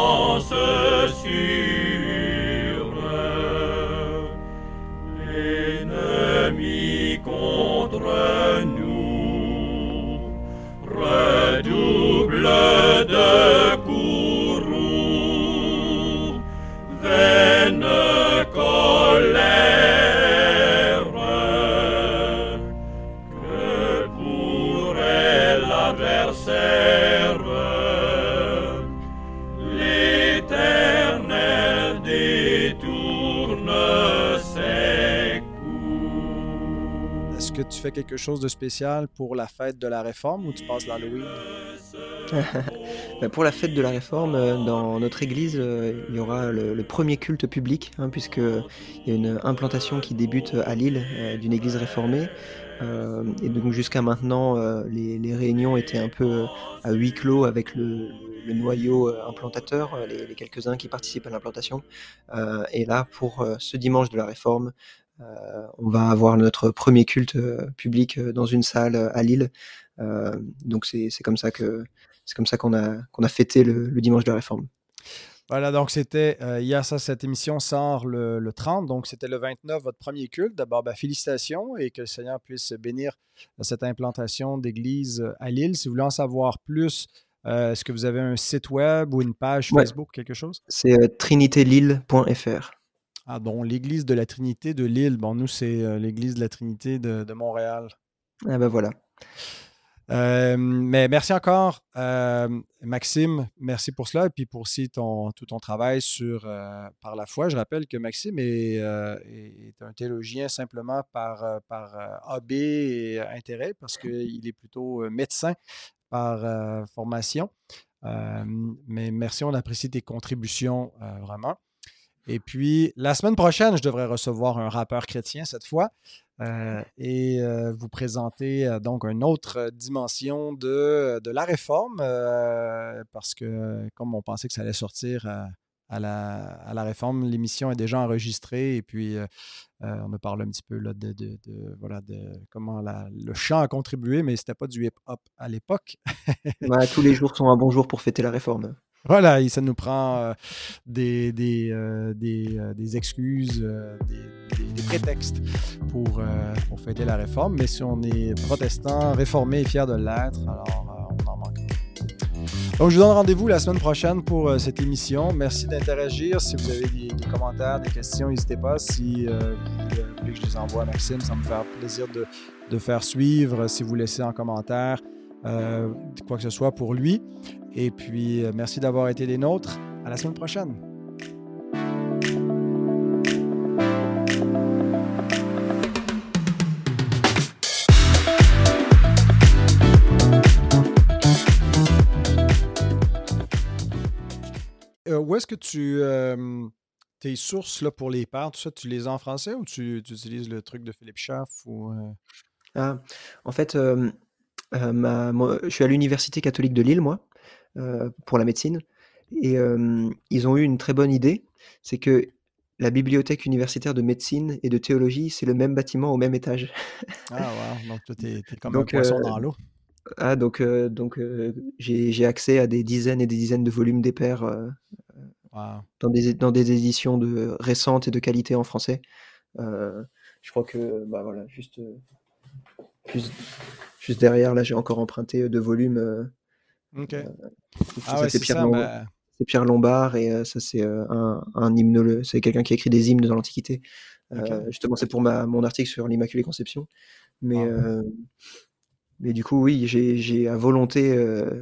serre. L'Éternel détourne ses coups. Est-ce que tu fais quelque chose de spécial pour la fête de la Réforme ou tu passes l'Halloween? Ben, pour la fête de la Réforme, euh, dans notre église, euh, il y aura le, le premier culte public, hein, puisqu'il y a une implantation qui débute à Lille euh, d'une église réformée. Euh, et donc jusqu'à maintenant, euh, les, les réunions étaient un peu à huis clos avec le, le noyau euh, implantateur, euh, les, les quelques-uns qui participent à l'implantation. Euh, et là, pour euh, ce dimanche de la Réforme, euh, on va avoir notre premier culte euh, public euh, dans une salle euh, à Lille. Euh, donc c'est c'est comme ça que c'est comme ça qu'on a qu'on a fêté le, le dimanche de la Réforme. Voilà, donc c'était euh, hier, ça, cette émission sort le, le trente, donc c'était le vingt-neuf, votre premier culte. D'abord, ben, félicitations et que le Seigneur puisse bénir cette implantation d'église à Lille. Si vous voulez en savoir plus, euh, est-ce que vous avez un site web ou une page Ouais, Facebook, quelque chose? c'est euh, trinité lille point f r. Ah, donc l'église de la Trinité de Lille. Bon, nous, c'est euh, l'église de la Trinité de, de Montréal. Ah ben voilà. Euh, mais merci encore, euh, Maxime. Merci pour cela et puis pour aussi ton, tout ton travail sur euh, par la foi. Je rappelle que Maxime est, euh, est un théologien simplement par, euh, par euh, hobby et intérêt parce qu'il est plutôt euh, médecin par euh, formation. Euh, mais merci, on apprécie tes contributions euh, vraiment. Et puis, la semaine prochaine, je devrais recevoir un rappeur chrétien cette fois euh, et euh, vous présenter euh, donc une autre dimension de, de la réforme euh, parce que, comme on pensait que ça allait sortir à, à la, à la réforme, l'émission est déjà enregistrée et puis euh, euh, on a parlé un petit peu là, de, de, de, voilà, de comment la- le chant a contribué, mais c'était pas du hip-hop à l'époque. Ouais, tous les jours sont un bon jour pour fêter la Réforme. Voilà, et ça nous prend euh, des, des, euh, des, euh, des excuses, euh, des, des- des prétextes pour, euh, pour fêter la réforme. Mais si on est protestant, réformé et fier de l'être, alors euh, on en manque. Donc, je vous donne rendez-vous la semaine prochaine pour euh, cette émission. Merci d'interagir. Si vous avez des, des commentaires, des questions, n'hésitez pas. Si euh, vous euh, voulez que je les envoie à Maxime, ça me fait plaisir de, de faire suivre. Si vous laissez en commentaire euh, quoi que ce soit pour lui. Et puis, euh, merci d'avoir été des nôtres. À la semaine prochaine. Euh, où est-ce que tu... euh, tes sources là, pour les pères, tout ça, tu les as en français ou tu, tu utilises le truc de Philippe Schaff ou, euh, Ah, en fait, euh, euh, ma, moi, je suis à l'université catholique de Lille, moi, euh, pour la médecine, et euh, ils ont eu une très bonne idée, c'est que la bibliothèque universitaire de médecine et de théologie, c'est le même bâtiment au même étage. Ah, wow. Donc, toi, t'es, t'es comme un Donc, euh, poisson dans l'eau. ah, donc, euh, donc euh, j'ai j'ai accès à des dizaines et des dizaines de volumes d'épairs euh, Wow. dans des, dans des éditions de, récentes et de qualité en français. Euh, je crois que, bah voilà, juste, euh, juste, juste derrière, là, j'ai encore emprunté deux volumes. euh, OK. euh, Ah ça, ouais, c'est c'est Pierre, ça. Lombard, Ben, c'est Pierre Lombard et euh, ça, c'est euh, un, un hymne, c'est quelqu'un qui a écrit des hymnes dans l'Antiquité. OK. Euh, justement, c'est pour ma, mon article sur l'Immaculée Conception. Mais, Wow. euh, mais du coup, oui, j'ai j'ai à volonté euh,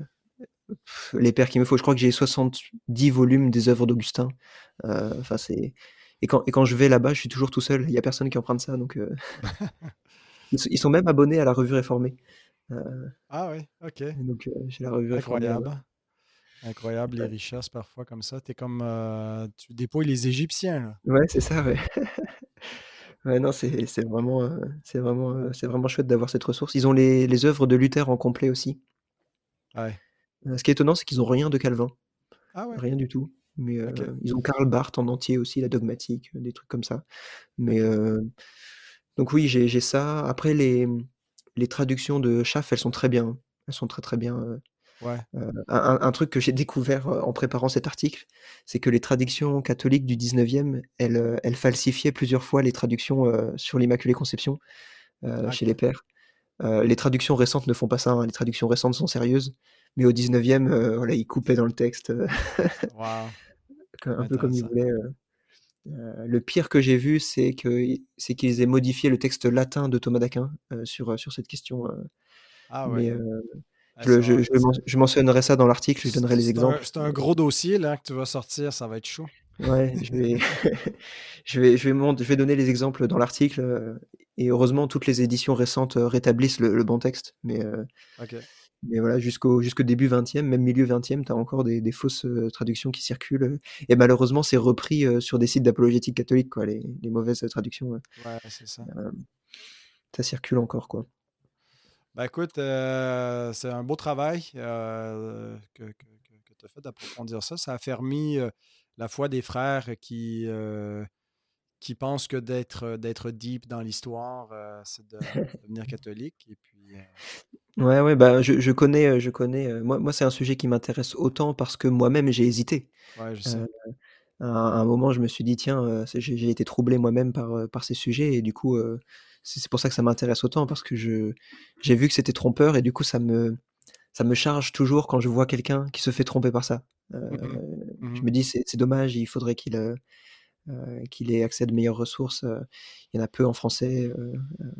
les pères qu'il me faut. Je crois que j'ai soixante-dix volumes des œuvres d'Augustin. Euh, Enfin, c'est et quand, et quand je vais là-bas, je suis toujours tout seul. Il y a personne qui emprunte ça, donc euh, ils, sont- ils sont même abonnés à la revue Réformée. Euh, Ah oui, OK. et donc euh, j'ai la revue Réformée là-bas. Incroyable. Incroyable, les richesses parfois comme ça. T'es comme... euh, tu dépouilles les Égyptiens, là. Ouais, c'est ça. Ouais. Ouais, non, c'est c'est vraiment, euh, c'est vraiment, euh, c'est vraiment chouette d'avoir cette ressource. Ils ont les, les œuvres de Luther en complet aussi. Ouais. Euh, ce qui est étonnant, c'est qu'ils ont rien de Calvin, Ah ouais, rien du tout. Mais euh, OK. ils ont Karl Barth en entier aussi, la dogmatique, euh, des trucs comme ça. Mais OK. euh, donc oui, j'ai j'ai ça. Après, les, les traductions de Schaff, elles sont très bien. Elles sont très très bien. euh. Ouais. Euh, un, un truc que j'ai découvert euh, en préparant cet article, c'est que les traductions catholiques du dix-neuvième, elles, euh, elles falsifiaient plusieurs fois les traductions euh, sur l'Immaculée Conception euh, chez les OK. pères. Euh, les traductions récentes ne font pas ça, hein. Les traductions récentes sont sérieuses, mais au dix-neuvième, euh, voilà, ils coupaient dans le texte, euh, Wow. un peu comme ils Intéressant. voulaient. euh. Euh, le pire que j'ai vu, c'est que c'est qu'ils aient modifié le texte latin de Thomas d'Aquin euh, sur, euh, sur cette question. euh. Ah ouais. Mais euh, Ben, Je, ça je, va- je, men- je mentionnerai ça dans l'article, je donnerai les c'est un, exemples. c'est un gros dossier là, que tu vas sortir, ça va être chaud. Ouais, je vais, je vais, je vais, mont- je vais donner les exemples dans l'article. euh, Et heureusement, toutes les éditions récentes euh, rétablissent le, le bon texte. Mais, euh, OK. mais voilà, jusqu'au jusqu'au début vingtième, même milieu vingtième, tu as encore des, des fausses euh, traductions qui circulent. euh, Et malheureusement, c'est repris euh, sur des sites d'apologétique catholique, quoi, les, les mauvaises traductions. ouais. Ouais, c'est ça. Euh, Ça circule encore, quoi. Ben écoute, euh, c'est un beau travail euh, que, tu as fait d'approfondir ça. Ça a fermi euh, la foi des frères qui, euh, qui pensent que d'être d'être deep dans l'histoire, euh, c'est de devenir catholique. Et puis, euh, Ouais, ouais, bah, je, je connais, euh, je connais. euh, Moi, moi, c'est un sujet qui m'intéresse autant parce que moi-même, j'ai hésité. ouais, je sais. Euh, à un à un moment, je me suis dit, tiens, euh, c'est- j'ai j'ai été troublé moi-même par, euh, par ces sujets et du coup, euh, c'est c'est pour ça que ça m'intéresse autant parce que je j'ai vu que c'était trompeur et du coup, ça me ça me charge toujours quand je vois quelqu'un qui se fait tromper par ça. Euh, Mhm. je Mhm. me dis, c'est c'est dommage, il faudrait qu'il euh, euh, qu'il ait accès à de meilleures ressources. euh, Il y en a peu en français. euh,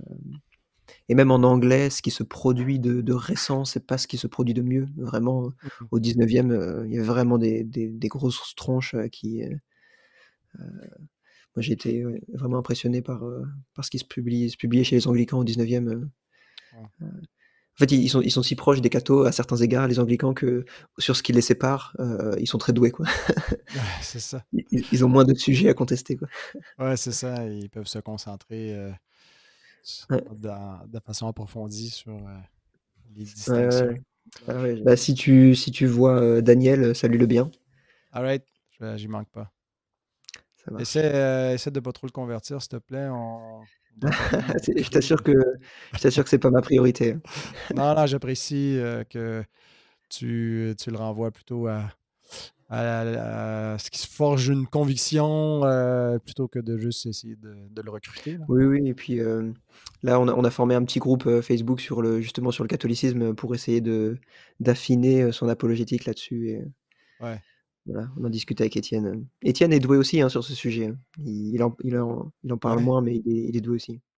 Et même en anglais, ce qui se produit de, de récent, c'est pas ce qui se produit de mieux. Vraiment, euh, Mhm. au dix-neuvième, euh, il y avait vraiment des, des, des grosses tronches euh, qui. euh, moi, j'ai été ouais, vraiment impressionné par, euh, par ce qui se publie, se publiait chez les anglicans au dix-neuvième. euh. Ouais. En fait, ils sont, ils sont si proches des cathos à certains égards, les anglicans, que sur ce qui les sépare, euh, ils sont très doués. Quoi. Ouais, c'est ça. Ils, ils ont moins de sujets à contester. Quoi. Ouais, c'est ça. Ils peuvent se concentrer euh, s- Ouais, dans- de façon approfondie sur euh, les ouais, ouais, distinctions. ouais. Ah ouais, bah, si, tu, si tu vois euh, Daniel, euh, salue-le bien. All right, je- j'y manque pas. Ça marche. Essaie, euh, essaie de pas trop le convertir, s'il te plaît. On, on doit parler mon C'est- je truc. t'assure que je t'assure que c'est pas ma priorité. hein. Non, non, j'apprécie euh, que tu, tu le renvoies plutôt à, à- à ce qui se forge une conviction euh, plutôt que de juste essayer de, de le recruter, là. Oui, oui, et puis euh, là, on a, on a formé un petit groupe euh, Facebook sur le, justement sur le catholicisme pour essayer de d'affiner euh, son apologétique là-dessus. Et Ouais. voilà, on en discute avec Étienne. Étienne est doué aussi hein, sur ce sujet. hein. Il, il en, il en- il en parle Ouais. moins, mais il est, il est doué aussi.